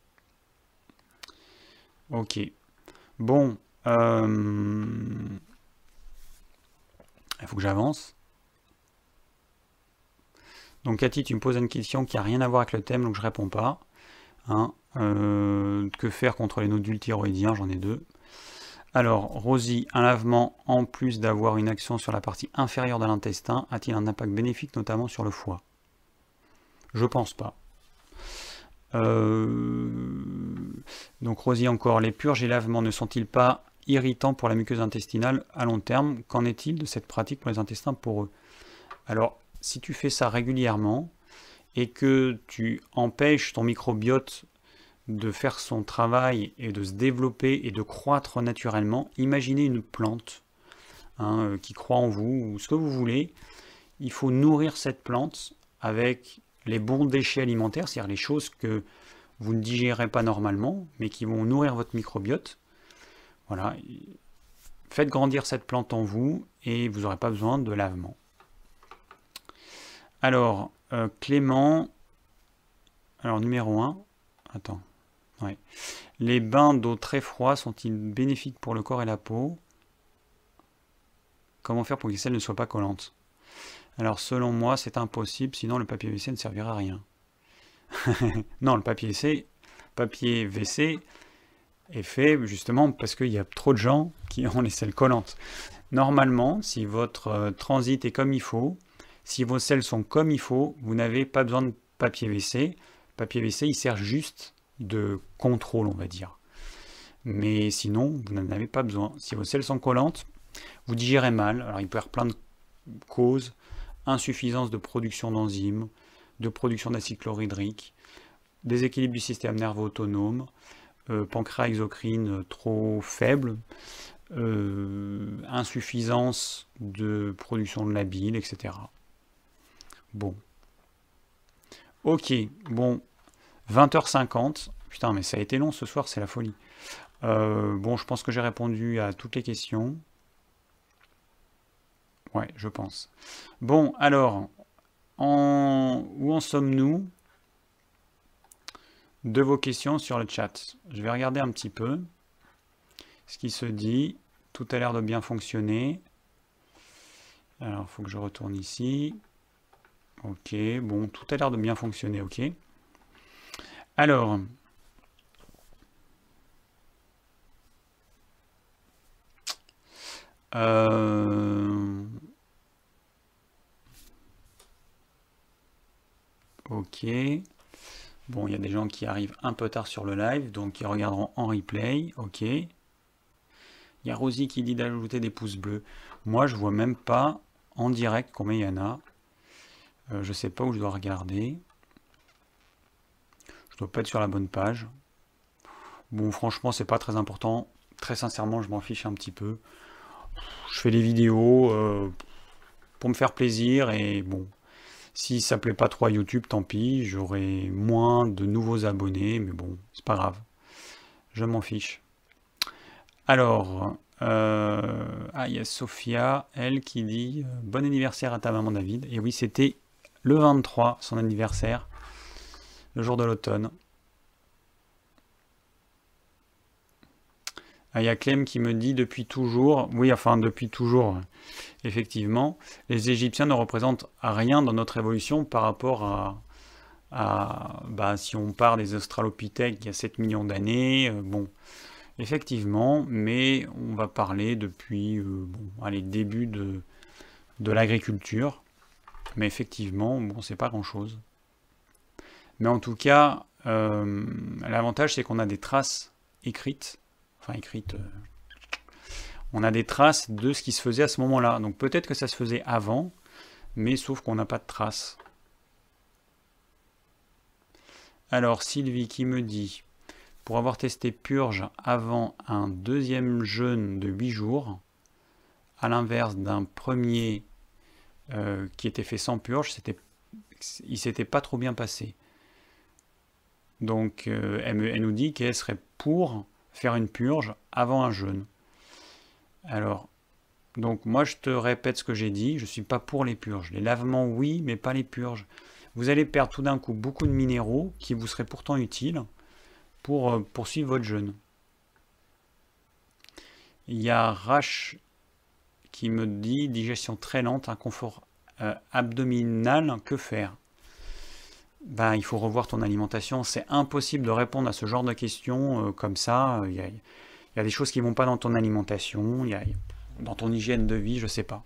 Ok. Bon. Euh... Il faut que j'avance. Donc Cathy, tu me poses une question qui n'a rien à voir avec le thème, donc je réponds pas. Hein, euh, que faire contre les nodules thyroïdiens? J'en ai deux. Alors, Rosie, un lavement, en plus d'avoir une action sur la partie inférieure de l'intestin, a-t-il un impact bénéfique, notamment sur le foie? Je pense pas. Euh... Donc Rosie encore, les purges et lavements ne sont-ils pas irritants pour la muqueuse intestinale à long terme? Qu'en est-il de cette pratique pour les intestins poreux? Alors, si tu fais ça régulièrement et que tu empêches ton microbiote de faire son travail et de se développer et de croître naturellement, imaginez une plante hein, qui croît en vous ou ce que vous voulez. Il faut nourrir cette plante avec les bons déchets alimentaires, c'est-à-dire les choses que vous ne digérez pas normalement, mais qui vont nourrir votre microbiote. Voilà. Faites grandir cette plante en vous et vous n'aurez pas besoin de lavement. Alors, euh, Clément, alors numéro un, attends, ouais. Les bains d'eau très froide sont-ils bénéfiques pour le corps et la peau? Comment faire pour que les selles ne soient pas collantes? Alors, selon moi, c'est impossible, sinon le papier W C ne servira à rien. Non, le papier W C, papier W C est fait justement parce qu'il y a trop de gens qui ont les selles collantes. Normalement, si votre euh, transit est comme il faut, si vos selles sont comme il faut, vous n'avez pas besoin de papier W C. Papier W C, il sert juste de contrôle, on va dire. Mais sinon, vous n'en avez pas besoin. Si vos selles sont collantes, vous digérez mal. Alors, il peut y avoir plein de causes. Insuffisance de production d'enzymes, de production d'acide chlorhydrique, déséquilibre du système nerveux autonome, euh, pancréas exocrine trop faible, euh, insuffisance de production de la bile, et cetera. Bon. Ok, bon, vingt heures cinquante. Putain, mais ça a été long ce soir, c'est la folie. Euh, bon, je pense que j'ai répondu à toutes les questions. Ouais, je pense. Bon, alors, en... où en sommes-nous de vos questions sur le chat? Je vais regarder un petit peu ce qui se dit. Tout a l'air de bien fonctionner. Alors, il faut que je retourne ici. Ok, bon, tout a l'air de bien fonctionner, ok. Alors, euh... ok. Bon, il y a des gens qui arrivent un peu tard sur le live, donc ils regarderont en replay, ok. Il y a Rosie qui dit d'ajouter des pouces bleus. Moi, je vois même pas en direct combien il y en a. Euh, je sais pas où je dois regarder. Je dois pas être sur la bonne page. Bon, franchement, c'est pas très important. Très sincèrement, je m'en fiche un petit peu. Je fais des vidéos euh, pour me faire plaisir et bon, Si ça plaît pas trop à YouTube, tant pis, j'aurai moins de nouveaux abonnés, mais bon, c'est pas grave. Je m'en fiche. Alors, euh, ah, il y a Sophia, elle, qui dit euh, bon anniversaire à ta maman David. Et oui, c'était le vingt-trois, son anniversaire, le jour de l'automne. Ah, il y a Clem qui me dit depuis toujours, oui, enfin depuis toujours, effectivement, les Égyptiens ne représentent rien dans notre évolution par rapport à, à bah, si on part des Australopithèques il y a sept millions d'années, euh, bon, effectivement, mais on va parler depuis euh, bon, allez, début de, de l'agriculture, mais effectivement, bon, c'est pas grand-chose. Mais en tout cas, euh, l'avantage c'est qu'on a des traces écrites, enfin écrites, euh, on a des traces de ce qui se faisait à ce moment-là. Donc peut-être que ça se faisait avant, mais sauf qu'on n'a pas de traces. Alors Sylvie qui me dit, pour avoir testé Purge avant un deuxième jeûne de huit jours, à l'inverse d'un premier euh, qui était fait sans Purge, c'était, il s'était pas trop bien passé. Donc euh, elle, elle nous dit qu'elle serait pour faire une purge avant un jeûne. Alors, donc moi je te répète ce que j'ai dit, je ne suis pas pour les purges. Les lavements oui, mais pas les purges. Vous allez perdre tout d'un coup beaucoup de minéraux qui vous seraient pourtant utiles pour euh, poursuivre votre jeûne. Il y a Rach qui me dit digestion très lente, inconfort euh, abdominal, que faire? Ben, il faut revoir ton alimentation. C'est impossible de répondre à ce genre de questions euh, comme ça. Il y, a, il y a des choses qui ne vont pas dans ton alimentation, il y a, dans ton hygiène de vie, je ne sais pas.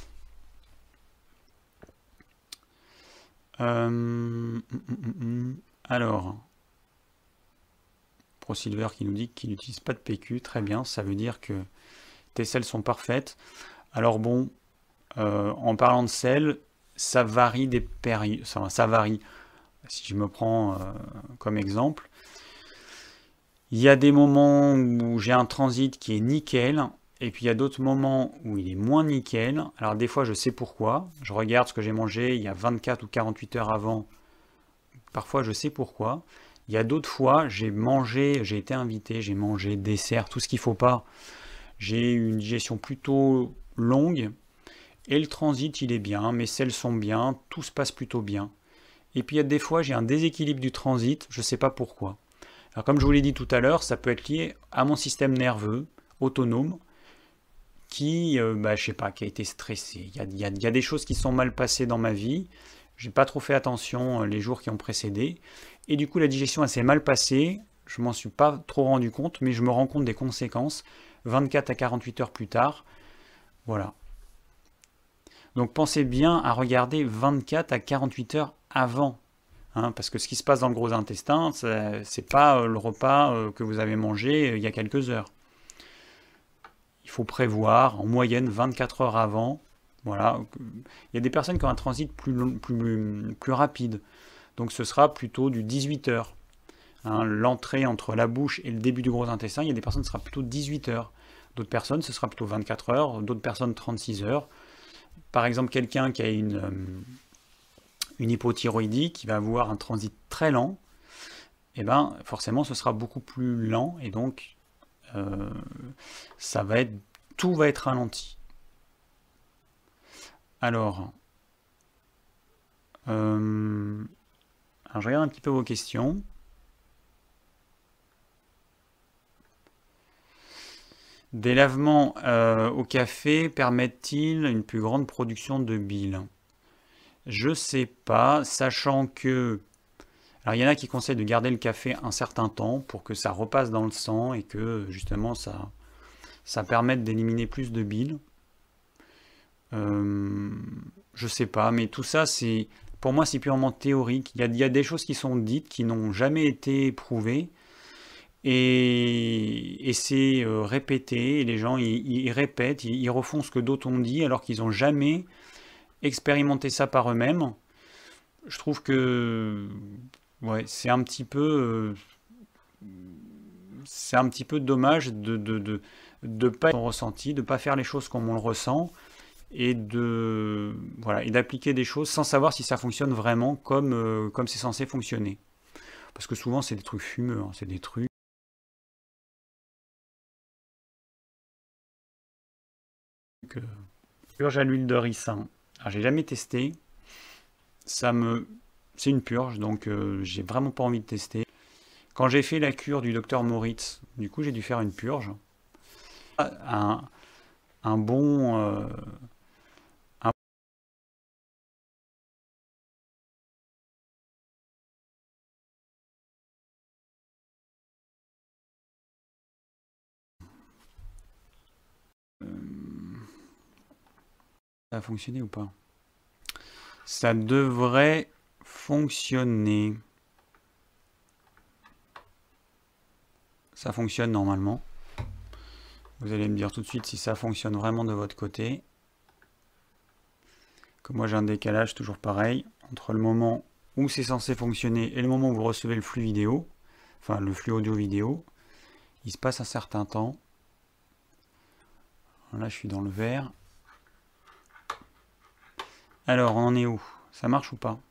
Euh, hum, hum, hum. Alors, ProSilver qui nous dit qu'il n'utilise pas de P Q, très bien, ça veut dire que tes selles sont parfaites. Alors bon, euh, en parlant de sel, ça varie des périodes, ça, ça varie. Si je me prends euh, comme exemple, il y a des moments où j'ai un transit qui est nickel, et puis il y a d'autres moments où il est moins nickel. Alors des fois je sais pourquoi, je regarde ce que j'ai mangé il y a vingt-quatre ou quarante-huit heures avant, parfois je sais pourquoi. Il y a d'autres fois, j'ai mangé, j'ai été invité, j'ai mangé dessert, tout ce qu'il ne faut pas. J'ai eu une digestion plutôt longue, et le transit il est bien, mes selles sont bien, tout se passe plutôt bien. Et puis il y a des fois, j'ai un déséquilibre du transit, je ne sais pas pourquoi. Alors comme je vous l'ai dit tout à l'heure, ça peut être lié à mon système nerveux autonome qui, euh, bah, je sais pas, qui a été stressé. Il y a, il y a, il y a des choses qui sont mal passées dans ma vie. J'ai pas trop fait attention les jours qui ont précédé. Et du coup, la digestion, elle s'est mal passée. Je m'en suis pas trop rendu compte, mais je me rends compte des conséquences vingt-quatre à quarante-huit heures plus tard. Voilà. Donc pensez bien à regarder vingt-quatre à quarante-huit heures avant. Hein, parce que ce qui se passe dans le gros intestin, c'est pas le repas que vous avez mangé il y a quelques heures. Il faut prévoir en moyenne vingt-quatre heures avant. Voilà. Il y a des personnes qui ont un transit plus, plus, plus rapide. Donc ce sera plutôt du dix-huit heures. Hein, l'entrée entre la bouche et le début du gros intestin, il y a des personnes ce sera plutôt dix-huit heures. D'autres personnes, ce sera plutôt vingt-quatre heures. D'autres personnes, trente-six heures. Par exemple, quelqu'un qui a une, une hypothyroïdie, qui va avoir un transit très lent, et ben forcément ce sera beaucoup plus lent, et donc euh, ça va être, tout va être ralenti. Alors, euh, alors je regarde un petit peu vos questions. Des lavements euh, au café permettent-ils une plus grande production de bile? Je sais pas, sachant que... Alors il y en a qui conseillent de garder le café un certain temps pour que ça repasse dans le sang et que justement ça, ça permette d'éliminer plus de bile. Euh, je sais pas, mais tout ça, c'est pour moi c'est purement théorique. Il y a, il y a des choses qui sont dites qui n'ont jamais été prouvées. Et, et c'est euh, répété, et les gens ils, ils répètent, ils, ils refont ce que d'autres ont dit alors qu'ils n'ont jamais expérimenté ça par eux-mêmes. Je trouve que ouais, c'est un petit peu euh, c'est un petit peu dommage de de, de, de pas être ressenti, de pas faire les choses comme on le ressent, et de voilà, et d'appliquer des choses sans savoir si ça fonctionne vraiment comme euh, comme c'est censé fonctionner. Parce que souvent c'est des trucs fumeux, hein, c'est des trucs euh, purge à l'huile de ricin. Alors j'ai jamais testé, ça me c'est une purge, donc euh, j'ai vraiment pas envie de tester. Quand j'ai fait la cure du docteur Moritz, du coup j'ai dû faire une purge. Un, un bon euh, un ça a fonctionné ou pas? Ça devrait fonctionner. Ça fonctionne normalement. Vous allez me dire tout de suite si ça fonctionne vraiment de votre côté. Comme moi j'ai un décalage toujours pareil entre le moment où c'est censé fonctionner et le moment où vous recevez le flux vidéo, enfin le flux audio vidéo. Il se passe un certain temps. Là je suis dans le vert. Alors on en est où? Ça marche ou pas?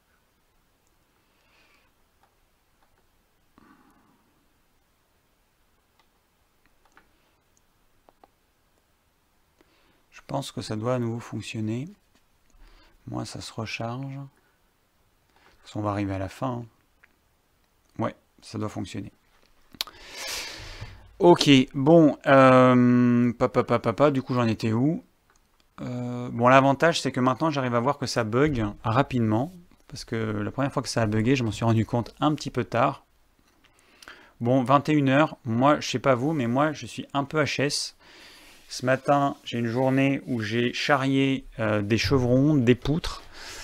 Je pense que ça doit à nouveau fonctionner. Moi ça se recharge. De toute façon on va arriver à la fin. Hein. Ouais, ça doit fonctionner. Ok, bon, euh, papa, papa, papa, du coup j'en étais où? Euh, Bon, l'avantage c'est que maintenant j'arrive à voir que ça bug rapidement, parce que la première fois que ça a bugué, je m'en suis rendu compte un petit peu tard. Bon, vingt et une heures, moi je sais pas vous, mais moi je suis un peu H S. Ce matin, j'ai une journée où j'ai charrié euh, des chevrons, des poutres.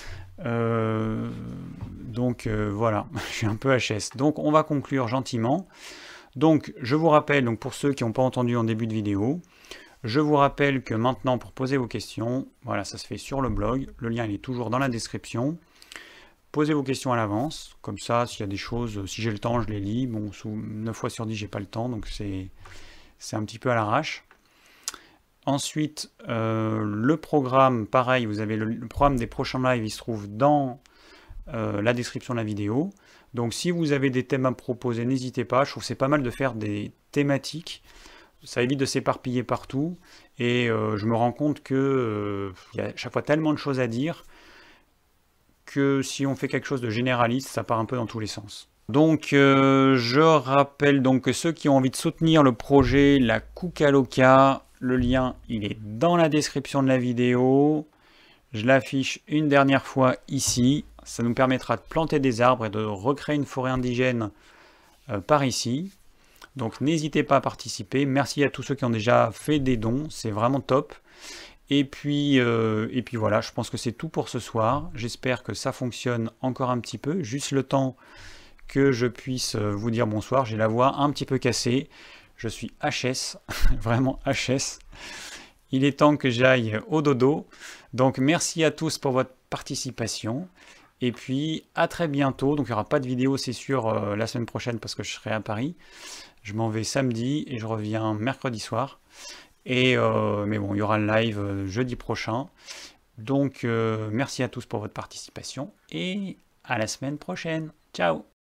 Euh, donc euh, voilà, je suis un peu H S. Donc on va conclure gentiment. Donc je vous rappelle, donc pour ceux qui n'ont pas entendu en début de vidéo, je vous rappelle que maintenant pour poser vos questions, voilà, ça se fait sur le blog, le lien il est toujours dans la description. Posez vos questions à l'avance, comme ça s'il y a des choses, si j'ai le temps je les lis, bon sous neuf fois sur dix j'ai pas le temps, donc c'est un petit peu à l'arrache. Ensuite, euh, le programme, pareil, vous avez le, le programme des prochains lives, il se trouve dans euh, la description de la vidéo. Donc si vous avez des thèmes à me proposer, n'hésitez pas. Je trouve que c'est pas mal de faire des thématiques. Ça évite de s'éparpiller partout. Et euh, je me rends compte que euh, il y a à chaque fois tellement de choses à dire que si on fait quelque chose de généraliste, ça part un peu dans tous les sens. Donc euh, je rappelle donc que ceux qui ont envie de soutenir le projet La Cucaloca, le lien il est dans la description de la vidéo. Je l'affiche une dernière fois ici. Ça nous permettra de planter des arbres et de recréer une forêt indigène euh, par ici. Donc n'hésitez pas à participer. Merci à tous ceux qui ont déjà fait des dons. C'est vraiment top. Et puis, euh, et puis voilà, je pense que c'est tout pour ce soir. J'espère que ça fonctionne encore un petit peu. Juste le temps que je puisse vous dire bonsoir. J'ai la voix un petit peu cassée. Je suis H S, vraiment H S. Il est temps que j'aille au dodo. Donc merci à tous pour votre participation. Et puis à très bientôt. Donc il n'y aura pas de vidéo, c'est sûr, euh, la semaine prochaine parce que je serai à Paris. Je m'en vais samedi et je reviens mercredi soir. Et euh, mais bon, il y aura le live euh, jeudi prochain. Donc euh, merci à tous pour votre participation et à la semaine prochaine. Ciao!